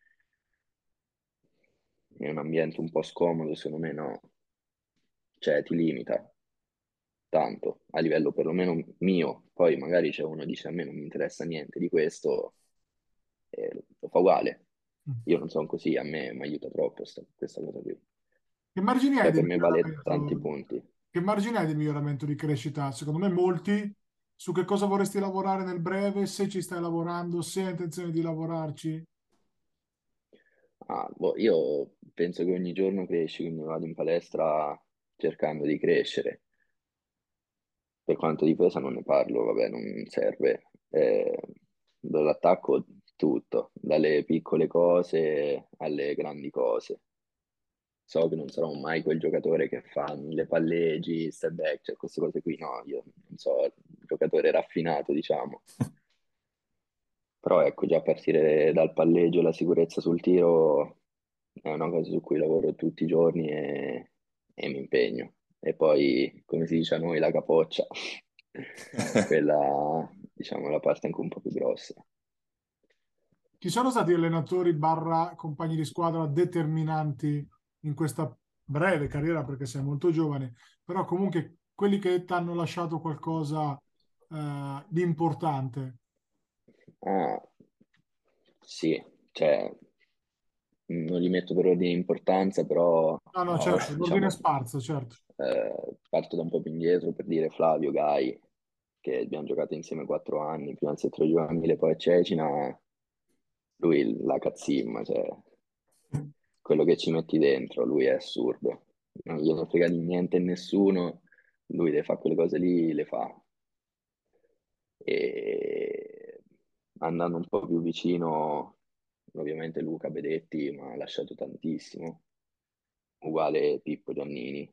in un ambiente un po' scomodo, secondo me no, cioè ti limita tanto, a livello perlomeno mio, poi magari c'è uno che dice a me non mi interessa niente di questo, e lo fa uguale. Io non sono così, a me mi aiuta troppo sta- questa cosa qui. Che margini hai Cioè di per me vale tanti miglioramento? punti. Che margini hai di miglioramento di crescita? Secondo me molti. Su che cosa vorresti lavorare nel breve? Se ci stai lavorando, se hai intenzione di lavorarci? Ah, boh, io penso che ogni giorno cresci, quindi vado in palestra cercando di crescere. Per quanto di difesa non ne parlo, vabbè, non serve. Eh, dall'attacco tutto, dalle piccole cose alle grandi cose. So che non sarò mai quel giocatore che fa mille palleggi, step back, cioè queste cose qui, no, io non so, il giocatore raffinato, diciamo. Però ecco, già partire dal palleggio e la sicurezza sul tiro è una cosa su cui lavoro tutti i giorni e, e mi impegno. E poi, come si dice a noi, la capoccia, quella, diciamo, la parte anche un po' più grossa. Chi sono stati allenatori barra compagni di squadra determinanti in questa breve carriera, perché sei molto giovane, però comunque quelli che ti hanno lasciato qualcosa eh, di importante? Ah, sì, cioè, non li metto per ordine di importanza, però, No, no, No, certo, l'ordine è diciamo, sparso, certo. eh, parto da un po' più indietro per dire Flavio Gai, che abbiamo giocato insieme quattro anni, prima al settore giovanile, poi a Cecina, lui la cazzimma, cioè, quello che ci metti dentro, lui è assurdo. Non gliene frega di niente a nessuno, lui le fa quelle cose lì, le fa. E andando un po' più vicino, ovviamente Luca Bedetti mi ha lasciato tantissimo, uguale Pippo Giannini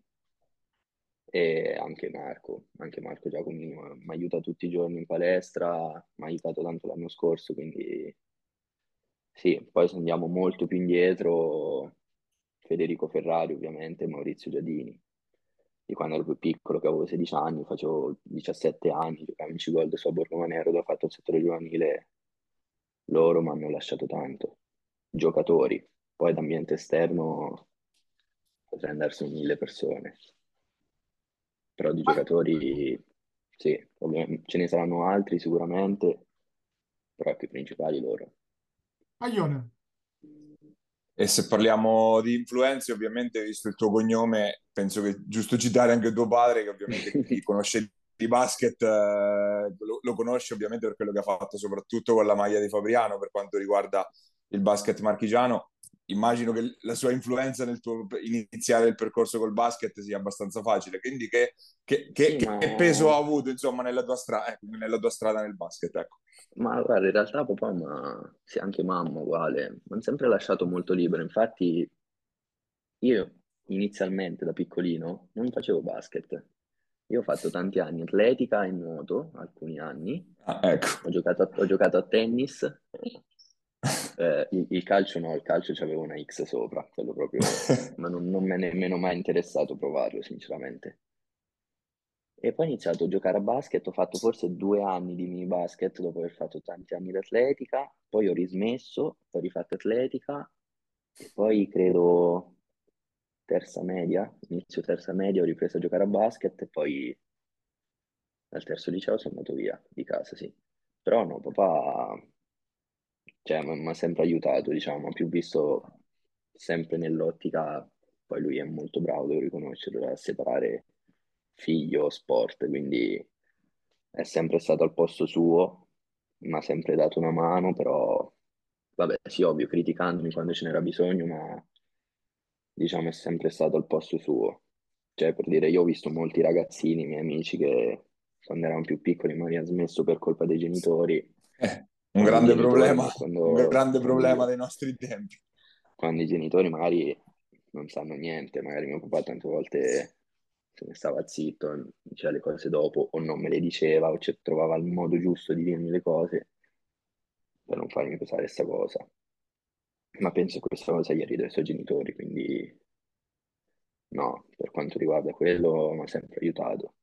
e anche Marco, anche Marco Giacomini mi aiuta tutti i giorni in palestra, mi ha aiutato tanto l'anno scorso, quindi sì, poi se andiamo molto più indietro, Federico Ferrari ovviamente, Maurizio Giadini, di quando ero più piccolo, che avevo sedici anni, facevo diciassette anni, giocavo in C-Gold su a Borgomanero, dove ho fatto il settore giovanile, loro mi hanno lasciato tanto. Giocatori, poi d'ambiente esterno potrei andare su mille persone, però di Ah, giocatori sì, ovviamente ce ne saranno altri sicuramente, però ecco, i principali loro. Ione, E se parliamo di influenze, ovviamente, visto il tuo cognome, penso che è giusto citare anche tuo padre, che ovviamente chi conosce di basket eh, lo, lo conosce ovviamente per quello che ha fatto, soprattutto con la maglia di Fabriano per quanto riguarda il basket marchigiano. Immagino che la sua influenza nel tuo iniziare il percorso col basket sia abbastanza facile. Quindi che, che- che- Sì, che peso ma ha avuto, insomma, nella tua, stra- ecco, nella tua strada nel basket? Ecco. Ma guarda, in realtà papà, ma sì, anche mamma uguale, mi hanno sempre lasciato molto libero. Infatti, io inizialmente da piccolino non facevo basket. Io ho fatto tanti anni atletica e nuoto, alcuni anni. Ah, ecco. Ho giocato a, ho giocato a tennis. Eh, il, il calcio no, il calcio c'avevo una X sopra, quello proprio, ma non, non me ne nemmeno mai interessato provarlo, sinceramente. E poi ho iniziato a giocare a basket, ho fatto forse due anni di mini basket dopo aver fatto tanti anni di atletica, poi ho rismesso, poi ho rifatto atletica e poi credo terza media, inizio terza media ho ripreso a giocare a basket e poi al terzo liceo sono andato via di casa, sì. Però no, papà cioè, mi ha sempre aiutato, diciamo, ha più visto sempre nell'ottica, poi lui è molto bravo, devo riconoscerlo, a separare figlio, sport, quindi è sempre stato al posto suo, mi ha sempre dato una mano, però, vabbè, sì, ovvio, criticandomi quando ce n'era bisogno, ma diciamo è sempre stato al posto suo. Cioè, per dire, io ho visto molti ragazzini, miei amici, che quando erano più piccoli magari hanno smesso per colpa dei genitori, Eh, un quando i grande genitori, problema, ma un quando, grande quando problema i- dei nostri tempi. quando i genitori magari non sanno niente, magari mio papà tante volte se ne stava zitto, diceva le cose dopo, o non me le diceva, o cioè, trovava il modo giusto di dirmi le cose per non farmi pesare questa cosa. Ma penso che questa cosa gli arriva dai suoi genitori, quindi no, per quanto riguarda quello mi ha sempre aiutato.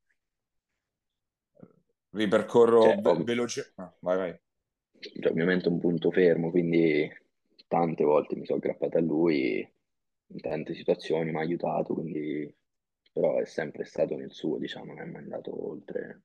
Ripercorro Cioè, ve- ov- veloce. Ah, vai, vai. cioè, ovviamente un punto fermo, quindi tante volte mi sono aggrappato a lui, in tante situazioni mi ha aiutato, quindi però è sempre stato nel suo, diciamo, non è mai andato oltre.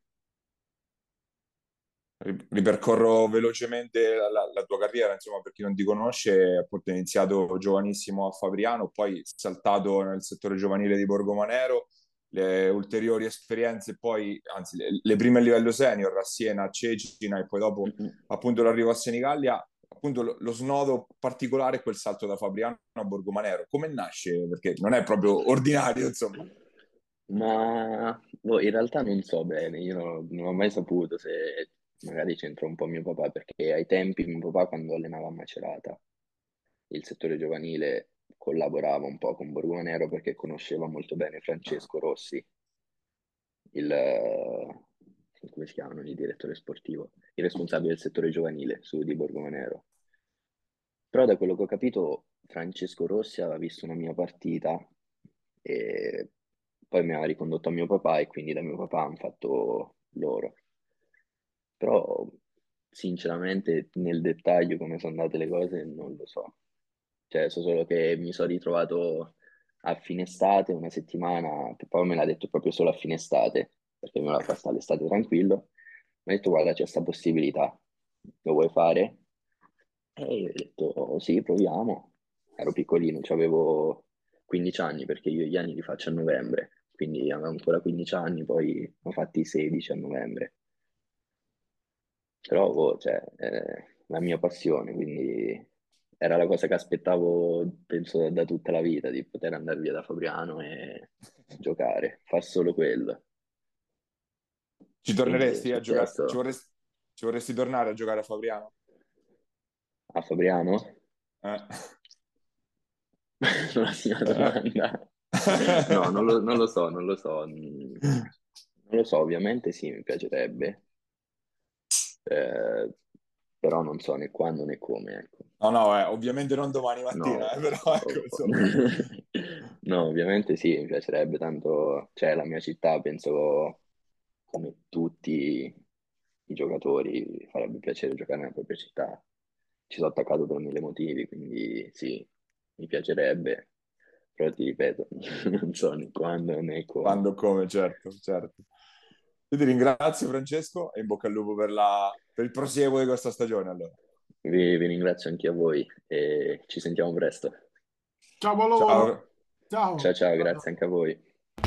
Ri- Ripercorro velocemente la, la- la tua carriera, insomma, per chi non ti conosce, appunto, hai iniziato giovanissimo a Fabriano, poi saltato nel settore giovanile di Borgomanero, le ulteriori esperienze, poi, anzi, le, le prime a livello senior a Siena, a Cecina e poi dopo Mm-mm. appunto l'arrivo a Senigallia. Appunto lo, lo snodo particolare è quel salto da Fabriano a Borgomanero. Come nasce? Perché non è proprio ordinario, insomma. Ma boh, in realtà non so bene, io non, non ho mai saputo se magari c'entra un po' mio papà, perché ai tempi mio papà quando allenava a Macerata, il settore giovanile collaborava un po' con Borgomanero perché conosceva molto bene Francesco Rossi, il, come si chiamano, il direttore sportivo, il responsabile del settore giovanile su di Borgomanero. Però da quello che ho capito, Francesco Rossi aveva visto una mia partita e poi mi ha ricondotto a mio papà e quindi da mio papà hanno fatto loro. Però sinceramente nel dettaglio come sono andate le cose non lo so. Cioè, so solo che mi sono ritrovato a fine estate, una settimana, che poi me l'ha detto proprio solo a fine estate, perché mi voleva fare stare l'estate tranquillo. Mi ha detto, guarda, c'è questa possibilità, lo vuoi fare? E io ho detto, "Oh, sì, proviamo." Ero piccolino, avevo quindici anni, perché io gli anni li faccio a novembre, quindi avevo ancora quindici anni, poi ne ho fatti sedici a novembre. Però, boh, cioè, è la mia passione, quindi era la cosa che aspettavo, penso, da tutta la vita, di poter andare via da Fabriano e giocare, far solo quello. Ci Quindi è torneresti a giocare? Ci successo vorresti, ci vorresti tornare a giocare a Fabriano? a Fabriano? Eh. Prossima Eh. domanda. No, non lo, non lo so, non lo so. Mm, Non lo so, ovviamente sì, mi piacerebbe, eh, però non so né quando né come, ecco. No, no, eh, ovviamente non domani No, mattina, eh, però ecco, oh, insomma. no, ovviamente sì, mi piacerebbe tanto, cioè la mia città, penso, come tutti i giocatori, farebbe piacere giocare nella propria città. Ci sono attaccato per mille motivi, quindi sì, mi piacerebbe, però ti ripeto, non so né quando né come. Quando, come, certo, certo. Io ti ringrazio, Francesco, e in bocca al lupo per la- per il prosieguo di questa stagione, allora. Vi, vi ringrazio anche a voi e ci sentiamo presto. Ciao, buon lavoro. Ciao. Ciao Ciao. ciao, grazie anche a voi.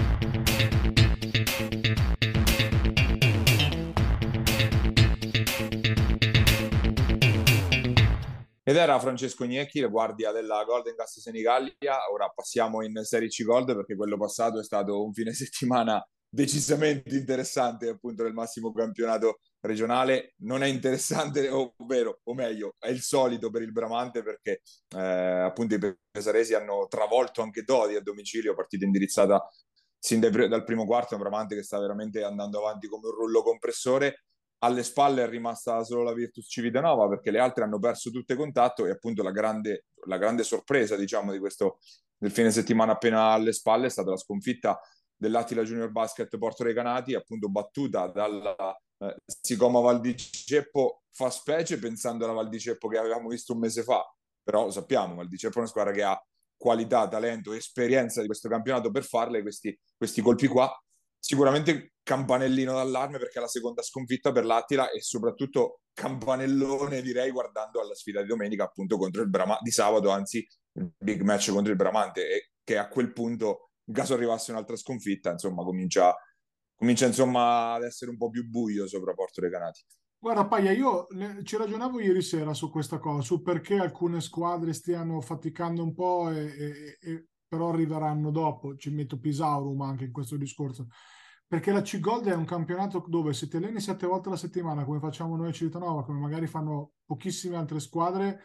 Ed era Francesco Gnecchi, la guardia della Golden Gas Senigallia. Ora passiamo in Serie C Gold perché quello passato è stato un fine settimana decisamente interessante, appunto, nel massimo campionato regionale. Non è interessante, ovvero, o meglio, è il solito per il Bramante perché eh, appunto i pesaresi hanno travolto anche Todi a domicilio, partita indirizzata sin dai, dal primo quarto, un Bramante che sta veramente andando avanti come un rullo compressore. Alle spalle è rimasta solo la Virtus Civitanova perché le altre hanno perso tutte contatto e appunto la grande, la grande sorpresa, diciamo, di questo del fine settimana appena alle spalle è stata la sconfitta dell'Attila Junior Basket Porto Recanati, appunto battuta dalla eh, Sicoma Val di Ceppo. Fa specie pensando alla Val di Ceppo che avevamo visto un mese fa, però sappiamo Val di Ceppo è una squadra che ha qualità, talento, esperienza di questo campionato per farle questi, questi colpi qua. Sicuramente campanellino d'allarme perché è la seconda sconfitta per l'Attila e soprattutto campanellone, direi, guardando alla sfida di domenica appunto contro il Bramante, di sabato anzi, il big match contro il Bramante, e che a quel punto, in caso arrivasse un'altra sconfitta, insomma comincia, comincia insomma ad essere un po' più buio sopra Porto Recanati. Guarda, Paia, io ne- ci ragionavo ieri sera su questa cosa, su perché alcune squadre stiano faticando un po' e, e- e però arriveranno dopo. Ci metto Pisaurum anche in questo discorso. Perché la C-Gold è un campionato dove se ti alleni sette volte alla settimana, come facciamo noi a Civitanova, come magari fanno pochissime altre squadre,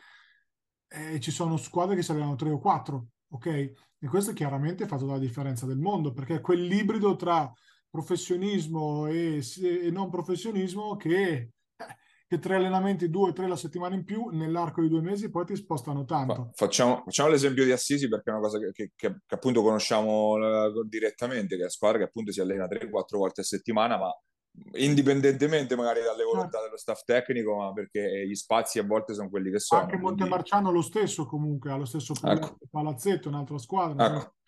eh, ci sono squadre che si allenano tre o quattro, ok? E questo chiaramente fa tutta la differenza del mondo, perché è quell'ibrido tra professionismo e, e non professionismo che che tre allenamenti, due o tre la settimana in più nell'arco di due mesi poi ti spostano Fa- tanto. facciamo, facciamo l'esempio di Assisi perché è una cosa che, che- che- che appunto conosciamo eh, direttamente, che è una squadra che appunto si allena tre quattro volte a settimana, ma indipendentemente magari dalle volontà dello staff tecnico, ma perché gli spazi a volte sono quelli che Anche sono. Quindi, Montemarciano lo stesso comunque, ha lo stesso problema ecco, di Palazzetto, un'altra squadra. Quindi, ecco.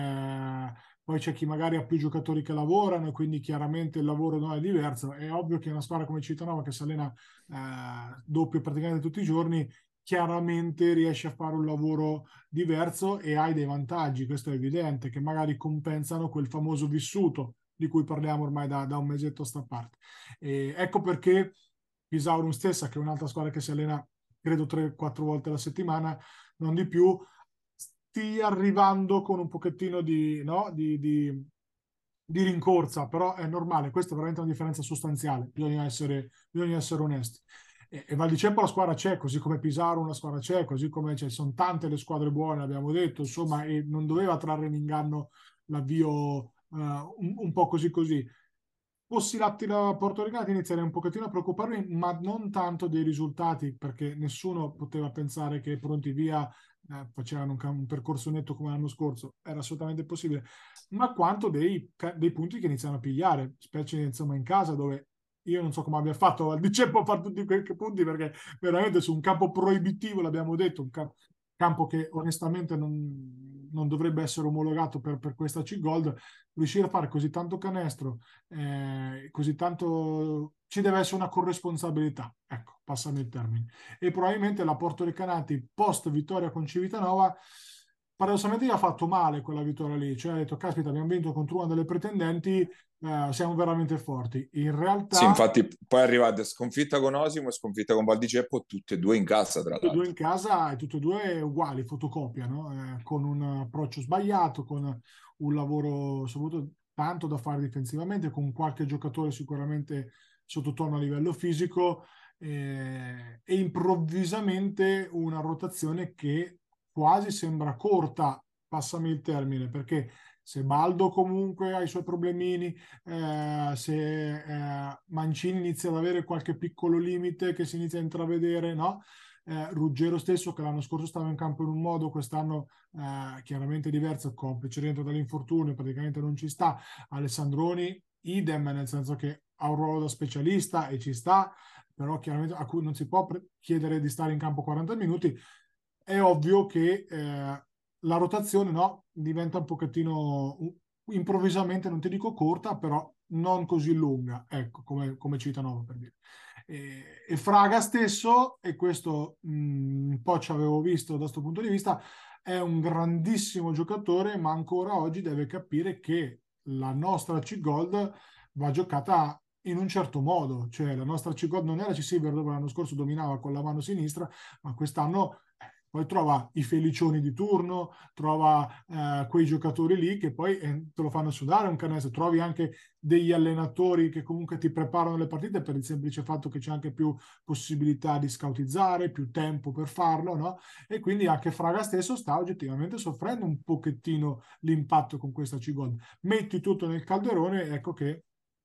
eh, poi c'è chi magari ha più giocatori che lavorano e quindi chiaramente il lavoro no, è diverso. È ovvio che una squadra come Cittadella che si allena eh, doppio praticamente tutti i giorni, chiaramente riesce a fare un lavoro diverso e hai dei vantaggi, questo è evidente, che magari compensano quel famoso vissuto di cui parliamo ormai da, da un mesetto a sta parte. E ecco perché Pisaurum stessa, che è un'altra squadra che si allena credo tre quattro volte alla settimana, non di più, stia arrivando con un pochettino di, no, di, di, di rincorsa, però è normale, questa è veramente una differenza sostanziale, bisogna essere, bisogna essere onesti. E, e Val di Ceppo la squadra c'è, così come Pisaro una squadra c'è, così come ci sono tante le squadre buone, abbiamo detto, insomma, e non doveva trarre in inganno l'avvio uh, un, un po' così così. fossi l'Attila portoghese inizierei un pochettino a preoccuparmi, ma non tanto dei risultati, perché nessuno poteva pensare che pronti via eh, facevano un, cam- un percorso netto come l'anno scorso, era assolutamente possibile, ma quanto dei, ca- dei punti che iniziano a pigliare, specie insomma in casa dove io non so come abbia fatto al Diceppo a fare tutti quei punti, perché veramente su un campo proibitivo, l'abbiamo detto, un ca- campo che onestamente non, non dovrebbe essere omologato per, per questa C-Gold, riuscire a fare così tanto canestro, eh, così tanto ci deve essere una corresponsabilità, ecco, passami il termine. E probabilmente la Porto Recanati post vittoria con Civitanova paradossalmente gli ha fatto male quella vittoria lì, cioè ha detto caspita abbiamo vinto contro una delle pretendenti, eh, siamo veramente forti. In Sì, realtà infatti poi è arrivata sconfitta con Osimo e sconfitta con Val di Ceppo, tutte e due in casa, tra tutte e due in l'altro. casa e tutte e due uguali, fotocopia, no? Eh, con un approccio sbagliato, con un lavoro soprattutto tanto da fare difensivamente, con qualche giocatore sicuramente sottotono a livello fisico eh, e improvvisamente una rotazione che quasi sembra corta, passami il termine, perché se Baldo comunque ha i suoi problemini, eh, se eh, Mancini inizia ad avere qualche piccolo limite che si inizia a intravedere, no? Eh, Ruggero stesso che l'anno scorso stava in campo in un modo, quest'anno eh, chiaramente diverso, complice rientro dall'infortunio, praticamente non ci sta. Alessandroni idem, nel senso che ha un ruolo da specialista e ci sta, però chiaramente a cui non si può pre- chiedere di stare in campo quaranta minuti. È ovvio che eh, la rotazione no, diventa un pochettino uh, improvvisamente, non ti dico corta, però non così lunga, ecco, come, come Citanova per dire. E, e Fraga stesso, e questo mh, un po' ci avevo visto da questo punto di vista, è un grandissimo giocatore, ma ancora oggi deve capire che la nostra C-Gold va giocata in un certo modo, cioè la nostra C-Gold non era C-Silver dove l'anno scorso dominava con la mano sinistra, ma quest'anno eh, poi trova i felicioni di turno, trova eh, quei giocatori lì che poi eh, te lo fanno sudare un canestro, trovi anche degli allenatori che comunque ti preparano le partite per il semplice fatto che c'è anche più possibilità di scautizzare, più tempo per farlo, no? E quindi anche Fraga stesso sta oggettivamente soffrendo un pochettino l'impatto con questa C-Gold. Metti tutto nel calderone, ecco che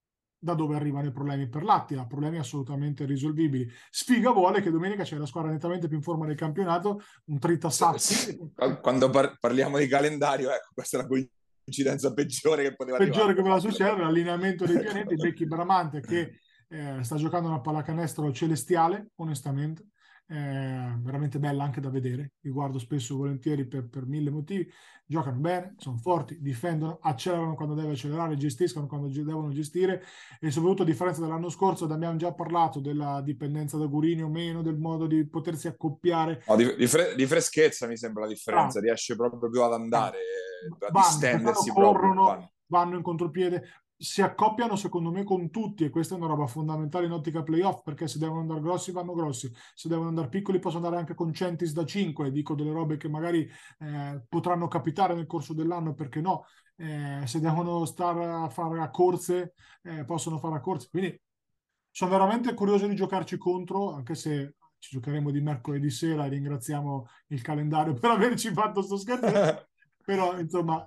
da dove arrivano i problemi per l'Attila, problemi assolutamente risolvibili. Sfiga vuole che domenica c'è la squadra nettamente più in forma del campionato, un Se- Tritasacchi, se- Quando par- parliamo di calendario, ecco, questa è la coincidenza peggiore che poteva arrivare peggiore che per me la l'Attila. succede, l'allineamento dei pianeti, Becchi Bramante che eh, sta giocando una pallacanestro celestiale, onestamente, eh, veramente bella anche da vedere, li guardo spesso e volentieri per, per mille motivi, giocano bene, sono forti, difendono, accelerano quando deve accelerare, gestiscono quando gi- devono gestire e soprattutto a differenza dell'anno scorso, ne abbiamo già parlato della dipendenza da Gurini o meno, del modo di potersi accoppiare. No, di, di fre- di freschezza mi sembra la differenza, Bravo, riesce proprio più ad bravo. andare, eh, a Vanno, quest'anno distendersi proprio. corrono, Vanno. vanno in contropiede, si accoppiano secondo me con tutti e questa è una roba fondamentale in ottica playoff perché se devono andare grossi vanno grossi, se devono andare piccoli possono andare anche con centis da cinque, dico delle robe che magari eh, potranno capitare nel corso dell'anno perché no, eh, se devono stare a fare a corse eh, possono fare a corse, quindi sono veramente curioso di giocarci contro anche se ci giocheremo di mercoledì sera e ringraziamo il calendario per averci fatto sto scherzetto però insomma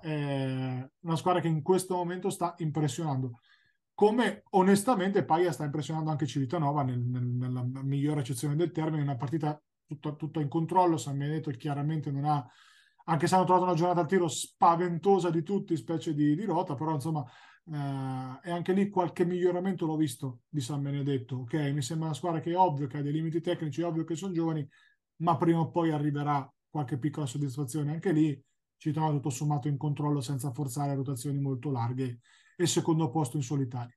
è una squadra che in questo momento sta impressionando come onestamente Paia sta impressionando anche Civitanova nel, nel, nella migliore accezione del termine, una partita tutta, tutta in controllo, San Benedetto chiaramente non ha, anche se hanno trovato una giornata al tiro spaventosa di tutti, specie di, di Rota, però insomma eh, e anche lì qualche miglioramento l'ho visto di San Benedetto, ok? Mi sembra una squadra che è ovvio che ha dei limiti tecnici, è ovvio che sono giovani, ma prima o poi arriverà qualche piccola soddisfazione anche lì ci trova tutto sommato in controllo senza forzare rotazioni molto larghe e secondo posto in solitario.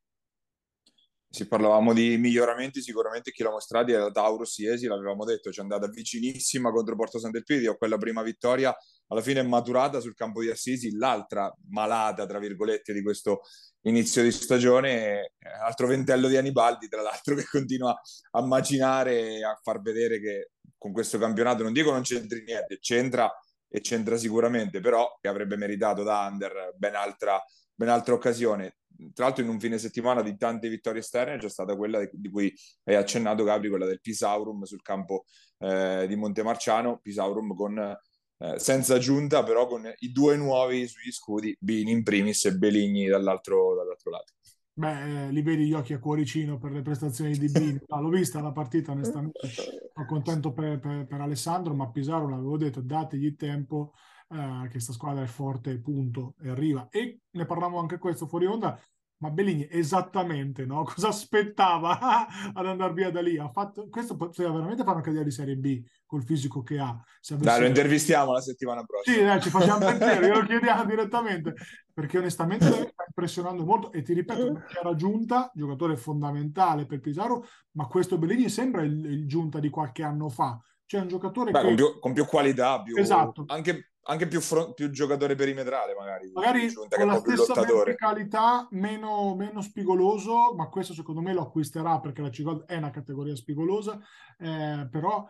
Se parlavamo di miglioramenti, sicuramente chi l'ha mostrato era Taurus Iesi, l'avevamo detto, ci è andata vicinissima contro Porto Sant'Elpidio, quella prima vittoria alla fine è maturata sul campo di Assisi, l'altra malata, tra virgolette, di questo inizio di stagione, altro ventello di Anibaldi, tra l'altro, che continua a macinare e a far vedere che con questo campionato, non dico non c'entri niente, c'entra e c'entra sicuramente, però che avrebbe meritato da under ben altra, ben altra occasione. Tra l'altro in un fine settimana di tante vittorie esterne c'è stata quella di cui hai accennato Gabri, quella del Pisaurum sul campo eh, di Montemarciano, Pisaurum con, eh, senza giunta però con i due nuovi sugli scudi, Bini in primis e Beligni dall'altro, dall'altro lato. Beh, eh, li vedi gli occhi a cuoricino per le prestazioni di Bini. No, l'ho vista la partita, onestamente. Sono contento per, per- per Alessandro, ma Pisaro l'avevo detto, dategli tempo, eh, che sta squadra è forte, punto, e arriva. E ne parlavamo anche questo fuori onda, ma Belligni esattamente, no? Cosa aspettava ad andare via da lì? Ha fatto, questo poteva veramente fare una carriera di Serie B col fisico che ha. Se Dai, lo avesse intervistiamo la settimana sì, prossima. dai, ci facciamo pensiero, glielo chiediamo direttamente, perché onestamente lui sta impressionando molto e ti ripeto, non c'era Giunta, giocatore fondamentale per Pizarro, ma questo Bellini sembra il, il Giunta di qualche anno fa, cioè un giocatore Beh, con che, più, con più qualità, più, esatto, anche, anche più, fron- più giocatore perimetrale magari di, di magari Giunta, che è con un la po' più stessa lottatore. verticalità, meno, meno spigoloso, ma questo secondo me lo acquisterà perché la C-Gold è una categoria spigolosa, eh, però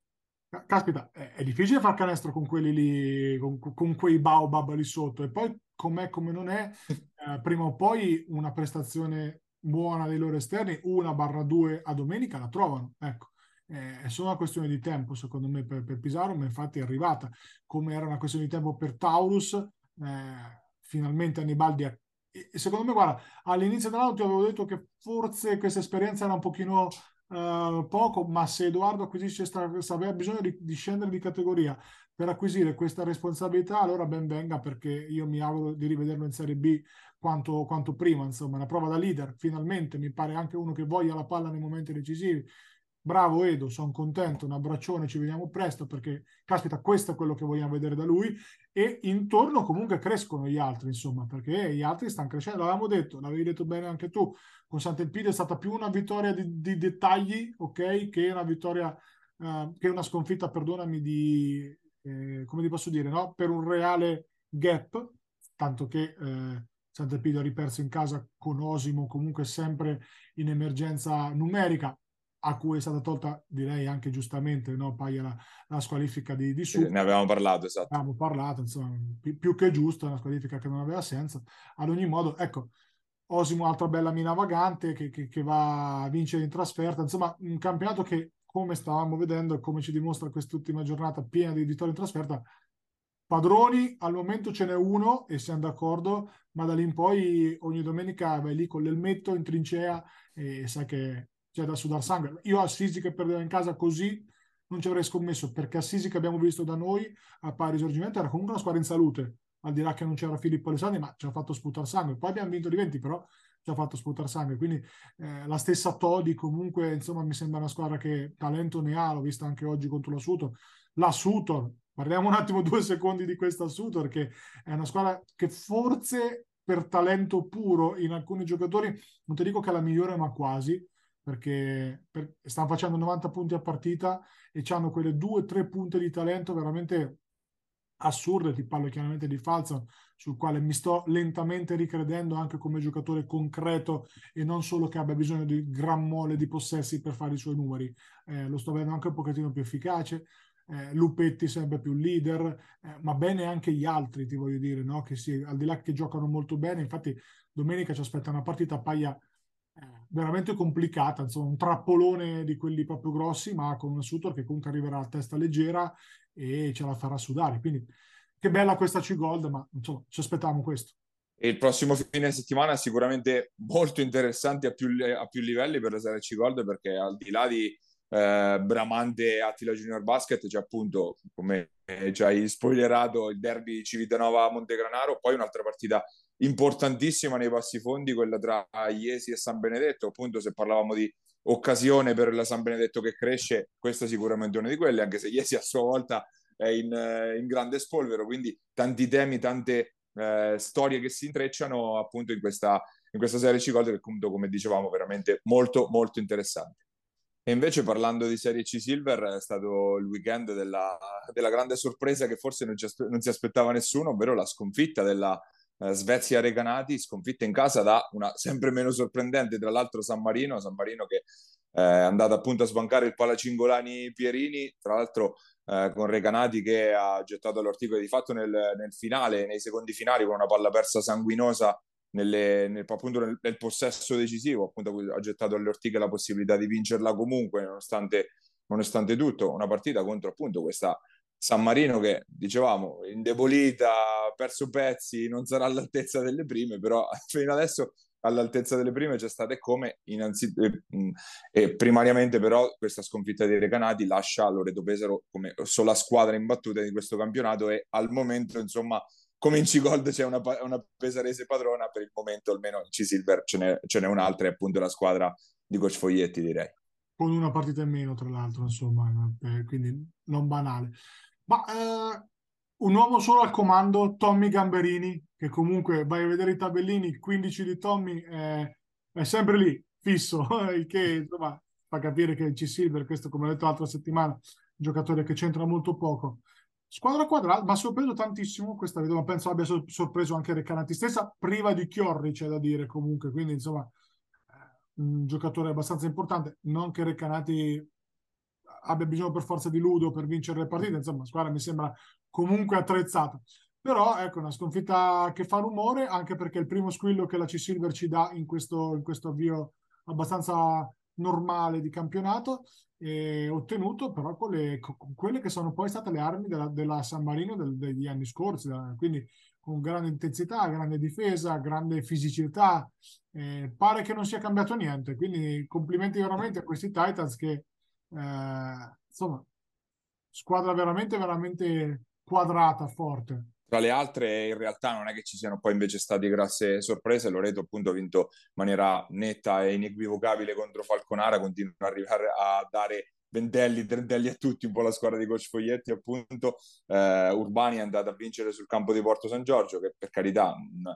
caspita, è, è difficile far canestro con quelli lì, con, con quei baobab lì sotto. E poi, com'è come non è, eh, prima o poi una prestazione buona dei loro esterni, una barra due a domenica, la trovano. Ecco, Eh, è solo una questione di tempo, secondo me, per, per Pisaro, ma infatti è arrivata. Come era una questione di tempo per Taurus, eh, finalmente Annibaldi ha... e secondo me, guarda, all'inizio dell'anno ti avevo detto che forse questa esperienza era un pochino Uh, poco, ma se Edoardo acquisisce sta, se aveva bisogno di, di scendere di categoria per acquisire questa responsabilità, allora ben venga, perché io mi auguro di rivederlo in Serie B quanto, quanto prima, insomma, una prova da leader, finalmente mi pare anche uno che voglia la palla nei momenti decisivi. Bravo Edo, sono contento, un abbraccione, ci vediamo presto, perché caspita, questo è quello che vogliamo vedere da lui. E intorno comunque crescono gli altri, insomma, perché gli altri stanno crescendo, l'avevamo detto, l'avevi detto bene anche tu, con Sant'Elpidio è stata più una vittoria di, di dettagli, ok, che una vittoria, uh, che una sconfitta, perdonami, di, eh, come ti posso dire, no? Per un reale gap, tanto che eh, Sant'Elpidio ha riperso in casa con Osimo, comunque sempre in emergenza numerica, a cui è stata tolta, direi anche giustamente, no? Paia la, la squalifica di, di Eh, Ne Super. avevamo parlato, esatto. Abbiamo parlato, insomma, più, più che giusto, una squalifica che non aveva senso. Ad ogni modo, ecco, Osimo, altra bella mina vagante che, che, che va a vincere in trasferta. Insomma, un campionato che, come stavamo vedendo e come ci dimostra quest'ultima giornata piena di vittorie in trasferta, padroni al momento ce n'è uno e siamo d'accordo, ma da lì in poi ogni domenica vai lì con l'elmetto in trincea e sai che c'è da sudare sangue. Io a Sisi che perdeva in casa così non ci avrei scommesso, perché Assisi che abbiamo visto da noi a pari risorgimento era comunque una squadra in salute, al di là che non c'era Filippo Alessandri, ma ci ha fatto sputare sangue. Poi abbiamo vinto di venti, però ci ha fatto sputare sangue. Quindi eh, la stessa Todi comunque, insomma, mi sembra una squadra che talento ne ha, l'ho vista anche oggi contro la Sutor. La Sutor, parliamo un attimo due secondi di questa Sutor, che è una squadra che forse per talento puro in alcuni giocatori, non ti dico che è la migliore, ma quasi, perché per, stanno facendo novanta punti a partita e hanno quelle due o tre punte di talento veramente assurde. Ti parlo chiaramente di Falzon, sul quale mi sto lentamente ricredendo anche come giocatore concreto e non solo che abbia bisogno di gran mole di possessi per fare i suoi numeri. Eh, lo sto vedendo anche un pochettino più efficace. Eh, Lupetti sempre più leader, eh, ma bene anche gli altri, ti voglio dire, no? Che si, al di là che giocano molto bene, infatti domenica ci aspetta una partita a Paglia eh, veramente complicata, insomma un trappolone di quelli proprio grossi, ma con un Sutor che comunque arriverà a testa leggera e ce la farà sudare. Quindi che bella questa C-Gold, ma insomma ci aspettavamo questo. E il prossimo fine settimana è sicuramente molto interessante a più, a più livelli per la Serie C Gold, perché al di là di eh, Bramante e Attila Junior Basket c'è appunto, come ci hai spoilerato, il derby Civitanova-Montegranaro, poi un'altra partita importantissima nei bassifondi, quella tra Iesi e San Benedetto. Appunto, se parlavamo di occasione per la San Benedetto che cresce, questa è sicuramente una di quelle, anche se Iesi a sua volta è in, in grande spolvero, quindi tanti temi, tante eh, storie che si intrecciano appunto in questa, in questa serie C Gold, che appunto, come dicevamo, veramente molto molto interessante. E invece, parlando di Serie C Silver, è stato il weekend della, della grande sorpresa che forse non, ci aspe- non si aspettava nessuno, ovvero la sconfitta della eh, Svezia Recanati, sconfitta in casa da una sempre meno sorprendente, tra l'altro, San Marino, San Marino che eh, è andata appunto a sbancare il Palacingolani Pierini, tra l'altro eh, con Recanati che ha gettato l'ortico di fatto nel, nel finale, nei secondi finali, con una palla persa sanguinosa nelle, nel, appunto nel, nel possesso decisivo. Appunto ha gettato alle ortiche la possibilità di vincerla comunque, nonostante, nonostante tutto, una partita contro appunto questa San Marino che, dicevamo, indebolita, ha perso pezzi, non sarà all'altezza delle prime, però fino adesso all'altezza delle prime c'è stata e come, innanzitutto, e primariamente però questa sconfitta dei Recanati lascia Loreto Pesaro come sola squadra imbattuta di questo campionato, e al momento, insomma, come in C-Gold c'è una, una pesarese padrona, per il momento almeno in C-Silver ce n'è, ce n'è un'altra, è appunto la squadra di Coach Foglietti, direi. Con una partita in meno, tra l'altro, insomma, eh, quindi non banale. Ma eh, un uomo solo al comando, Tommy Gamberini, che comunque vai a vedere i tabellini, quindici di Tommy, eh, è sempre lì, fisso, il che insomma fa capire che il C-Silver, questo come ho detto l'altra settimana, un giocatore che c'entra molto poco. Squadra quadrata, mi ha sorpreso tantissimo questa vedova, penso abbia sorpreso anche Recanati stessa, priva di Chiorri, c'è da dire comunque, quindi insomma un giocatore abbastanza importante, non che Recanati abbia bisogno per forza di Ludo per vincere le partite, insomma la squadra mi sembra comunque attrezzata, però ecco una sconfitta che fa rumore, anche perché è il primo squillo che la C-Silver ci dà in questo, in questo avvio abbastanza normale di campionato, e ottenuto però con, le, con quelle che sono poi state le armi della, della San Marino del, degli anni scorsi, quindi con grande intensità, grande difesa, grande fisicità. Eh, pare che non sia cambiato niente, quindi complimenti veramente a questi Titans che eh, insomma squadra veramente veramente quadrata, forte. Tra le altre in realtà non è che ci siano poi invece state grosse sorprese. Loreto appunto ha vinto in maniera netta e inequivocabile contro Falconara, continua ad arrivare a dare ventelli, trentelli a tutti, un po' la squadra di Coach Foglietti appunto. eh, Urbani è andato a vincere sul campo di Porto San Giorgio, che per carità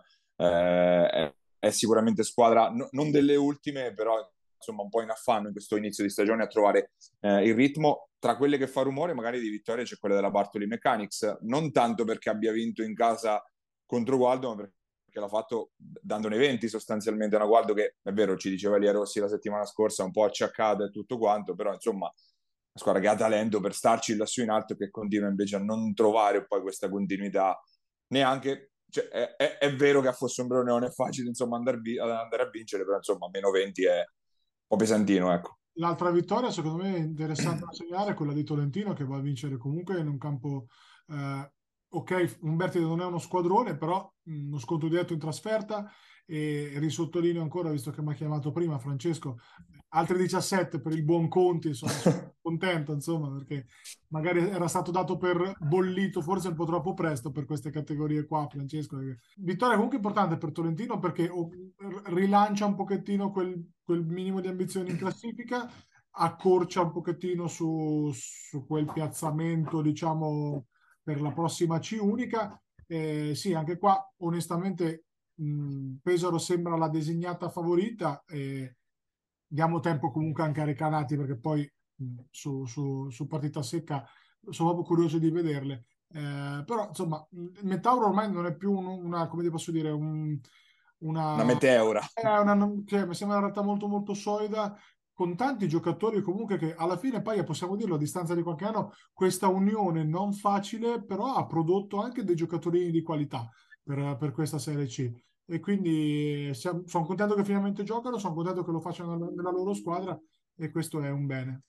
eh, è, è sicuramente squadra no, non delle ultime, però insomma un po' in affanno in questo inizio di stagione a trovare eh, il ritmo. Tra quelle che fa rumore magari di vittoria c'è quella della Bartoli Mechanics, non tanto perché abbia vinto in casa contro Gualdo, ma perché l'ha fatto dandone venti sostanzialmente. Una Gualdo che, è vero, ci diceva Elia Rossi la settimana scorsa, un po' acciaccata e tutto quanto, però insomma una squadra che ha talento per starci lassù in alto e che continua invece a non trovare poi questa continuità neanche. Cioè, è, è, è vero che a Fossombrone non è facile insomma andare, andare a vincere, però insomma meno venti è un po' pesantino, ecco. L'altra vittoria, secondo me, interessante da segnare è quella di Tolentino, che va a vincere comunque in un campo. Eh, ok, Umbertide non è uno squadrone, però mh, uno scontro diretto in trasferta. E risottolineo ancora, visto che mi ha chiamato prima Francesco, altri diciassette per il buon Conti, sono contento, insomma, perché magari era stato dato per bollito, forse un po' troppo presto per queste categorie qua, Francesco. Vittoria comunque importante per Tolentino, perché oh, rilancia un pochettino quel, quel minimo di ambizione in classifica, accorcia un pochettino su, su quel piazzamento, diciamo, per la prossima C unica. Eh, sì, anche qua onestamente mh, Pesaro sembra la designata favorita, e diamo tempo comunque anche a Recanati, perché poi mh, su, su, su partita secca sono proprio curioso di vederle. Eh, però insomma il Metauro ormai non è più un- una, come ti posso dire, un, Una una, meteora. è una, cioè, mi sembra una realtà molto molto solida, con tanti giocatori comunque che alla fine poi possiamo dirlo a distanza di qualche anno, questa unione non facile però ha prodotto anche dei giocatori di qualità per, per questa Serie C, e quindi siamo- sono contento che finalmente giocano, sono contento che lo facciano nella, nella loro squadra, e questo è un bene.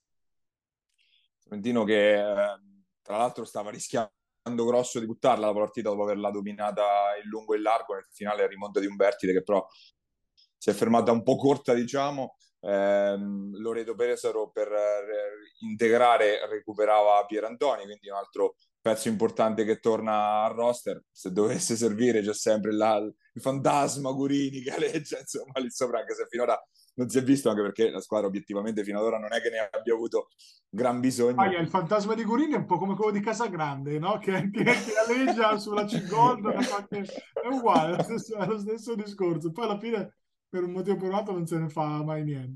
Trentino che eh, tra l'altro stava rischiando grosso di buttarla la partita dopo averla dominata in lungo e in largo. Nel finale rimonta di Umbertide, che però si è fermata un po' corta, diciamo. Ehm, Loreto Pesaro per eh, integrare recuperava Pierantoni, quindi un altro pezzo importante che torna al roster. Se dovesse servire c'è sempre là il, il fantasma Gurini che aleggia insomma lì sopra, anche se finora non si è visto, anche perché la squadra obiettivamente fino ad ora non è che ne abbia avuto gran Ah, bisogno. il fantasma di Gurini è un po' come quello di Casagrande, no? Che, che, che aleggia sulla C-Gold da qualche. È uguale, è lo stesso, è lo stesso discorso. Poi alla fine, per un motivo o per un altro, non se ne fa mai niente.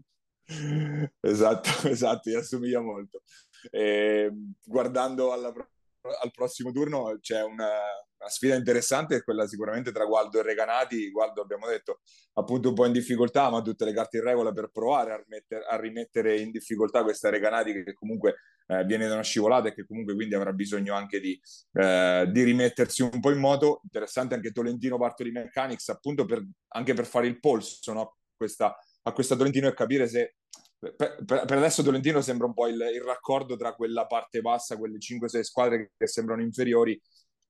Esatto, esatto, gli assomiglia molto. E, guardando alla, al prossimo turno c'è una, una sfida interessante, quella sicuramente tra Gualdo e Recanati. Gualdo, abbiamo detto, appunto un po' in difficoltà, ma ha tutte le carte in regola per provare a, rimettere, a rimettere in difficoltà questa Recanati, che comunque eh, viene da una scivolata e che comunque quindi avrà bisogno anche di, eh, di rimettersi un po' in moto. Interessante anche Tolentino Bartoli Mechanics, appunto per, anche per fare il polso, no? Questa, a questa Tolentino, e capire se per, per, per adesso Tolentino sembra un po' il, il raccordo tra quella parte bassa, quelle cinque sei squadre che, che sembrano inferiori,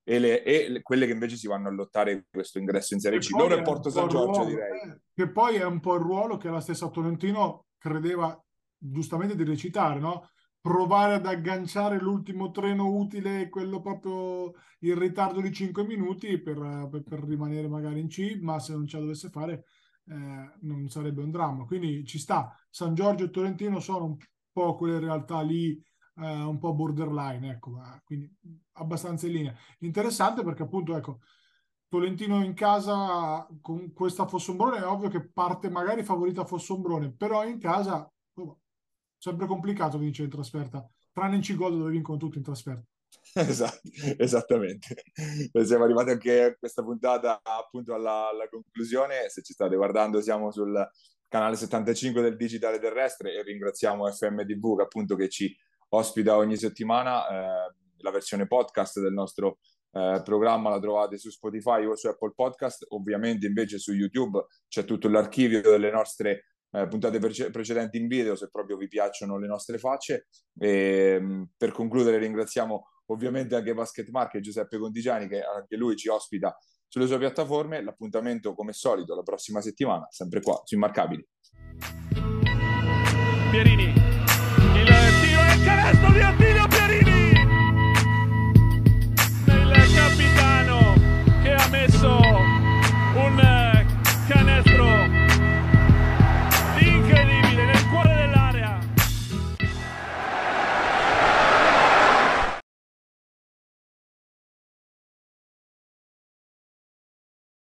e, le, e le, quelle che invece si vanno a lottare questo ingresso in Serie C. Loro e Porto San Giorgio, ruolo, direi. Eh, che poi è un po' il ruolo che la stessa Tolentino credeva giustamente di recitare, no? Provare ad agganciare l'ultimo treno utile, quello proprio in ritardo di cinque minuti per, per, per rimanere magari in C, ma se non ce la dovesse fare eh, non sarebbe un dramma. Quindi ci sta. San Giorgio e Tolentino sono un po' quelle realtà lì, eh, un po' borderline, ecco, quindi abbastanza in linea. Interessante perché appunto, ecco, Tolentino in casa con questa Fossombrone è ovvio che parte magari favorita Fossombrone, però in casa oh, sempre complicato vincere in trasferta, tranne in C-Gold dove vincono tutti in trasferta. Esatto, esattamente. Siamo arrivati anche a questa puntata appunto alla, alla conclusione. Se ci state guardando siamo sul canale settantacinque del Digitale Terrestre e ringraziamo F M T V che appunto che ci ospita ogni settimana. Eh, la versione podcast del nostro eh, programma la trovate su Spotify o su Apple Podcast. Ovviamente invece su YouTube c'è tutto l'archivio delle nostre eh, puntate prece- precedenti in video, se proprio vi piacciono le nostre facce. E, mh, per concludere ringraziamo ovviamente anche Basket Market e Giuseppe Contigiani che anche lui ci ospita sulle sue piattaforme. L'appuntamento come solito la prossima settimana, sempre qua su Immarcabili. Pierini, il tiro e il canestro di Attilio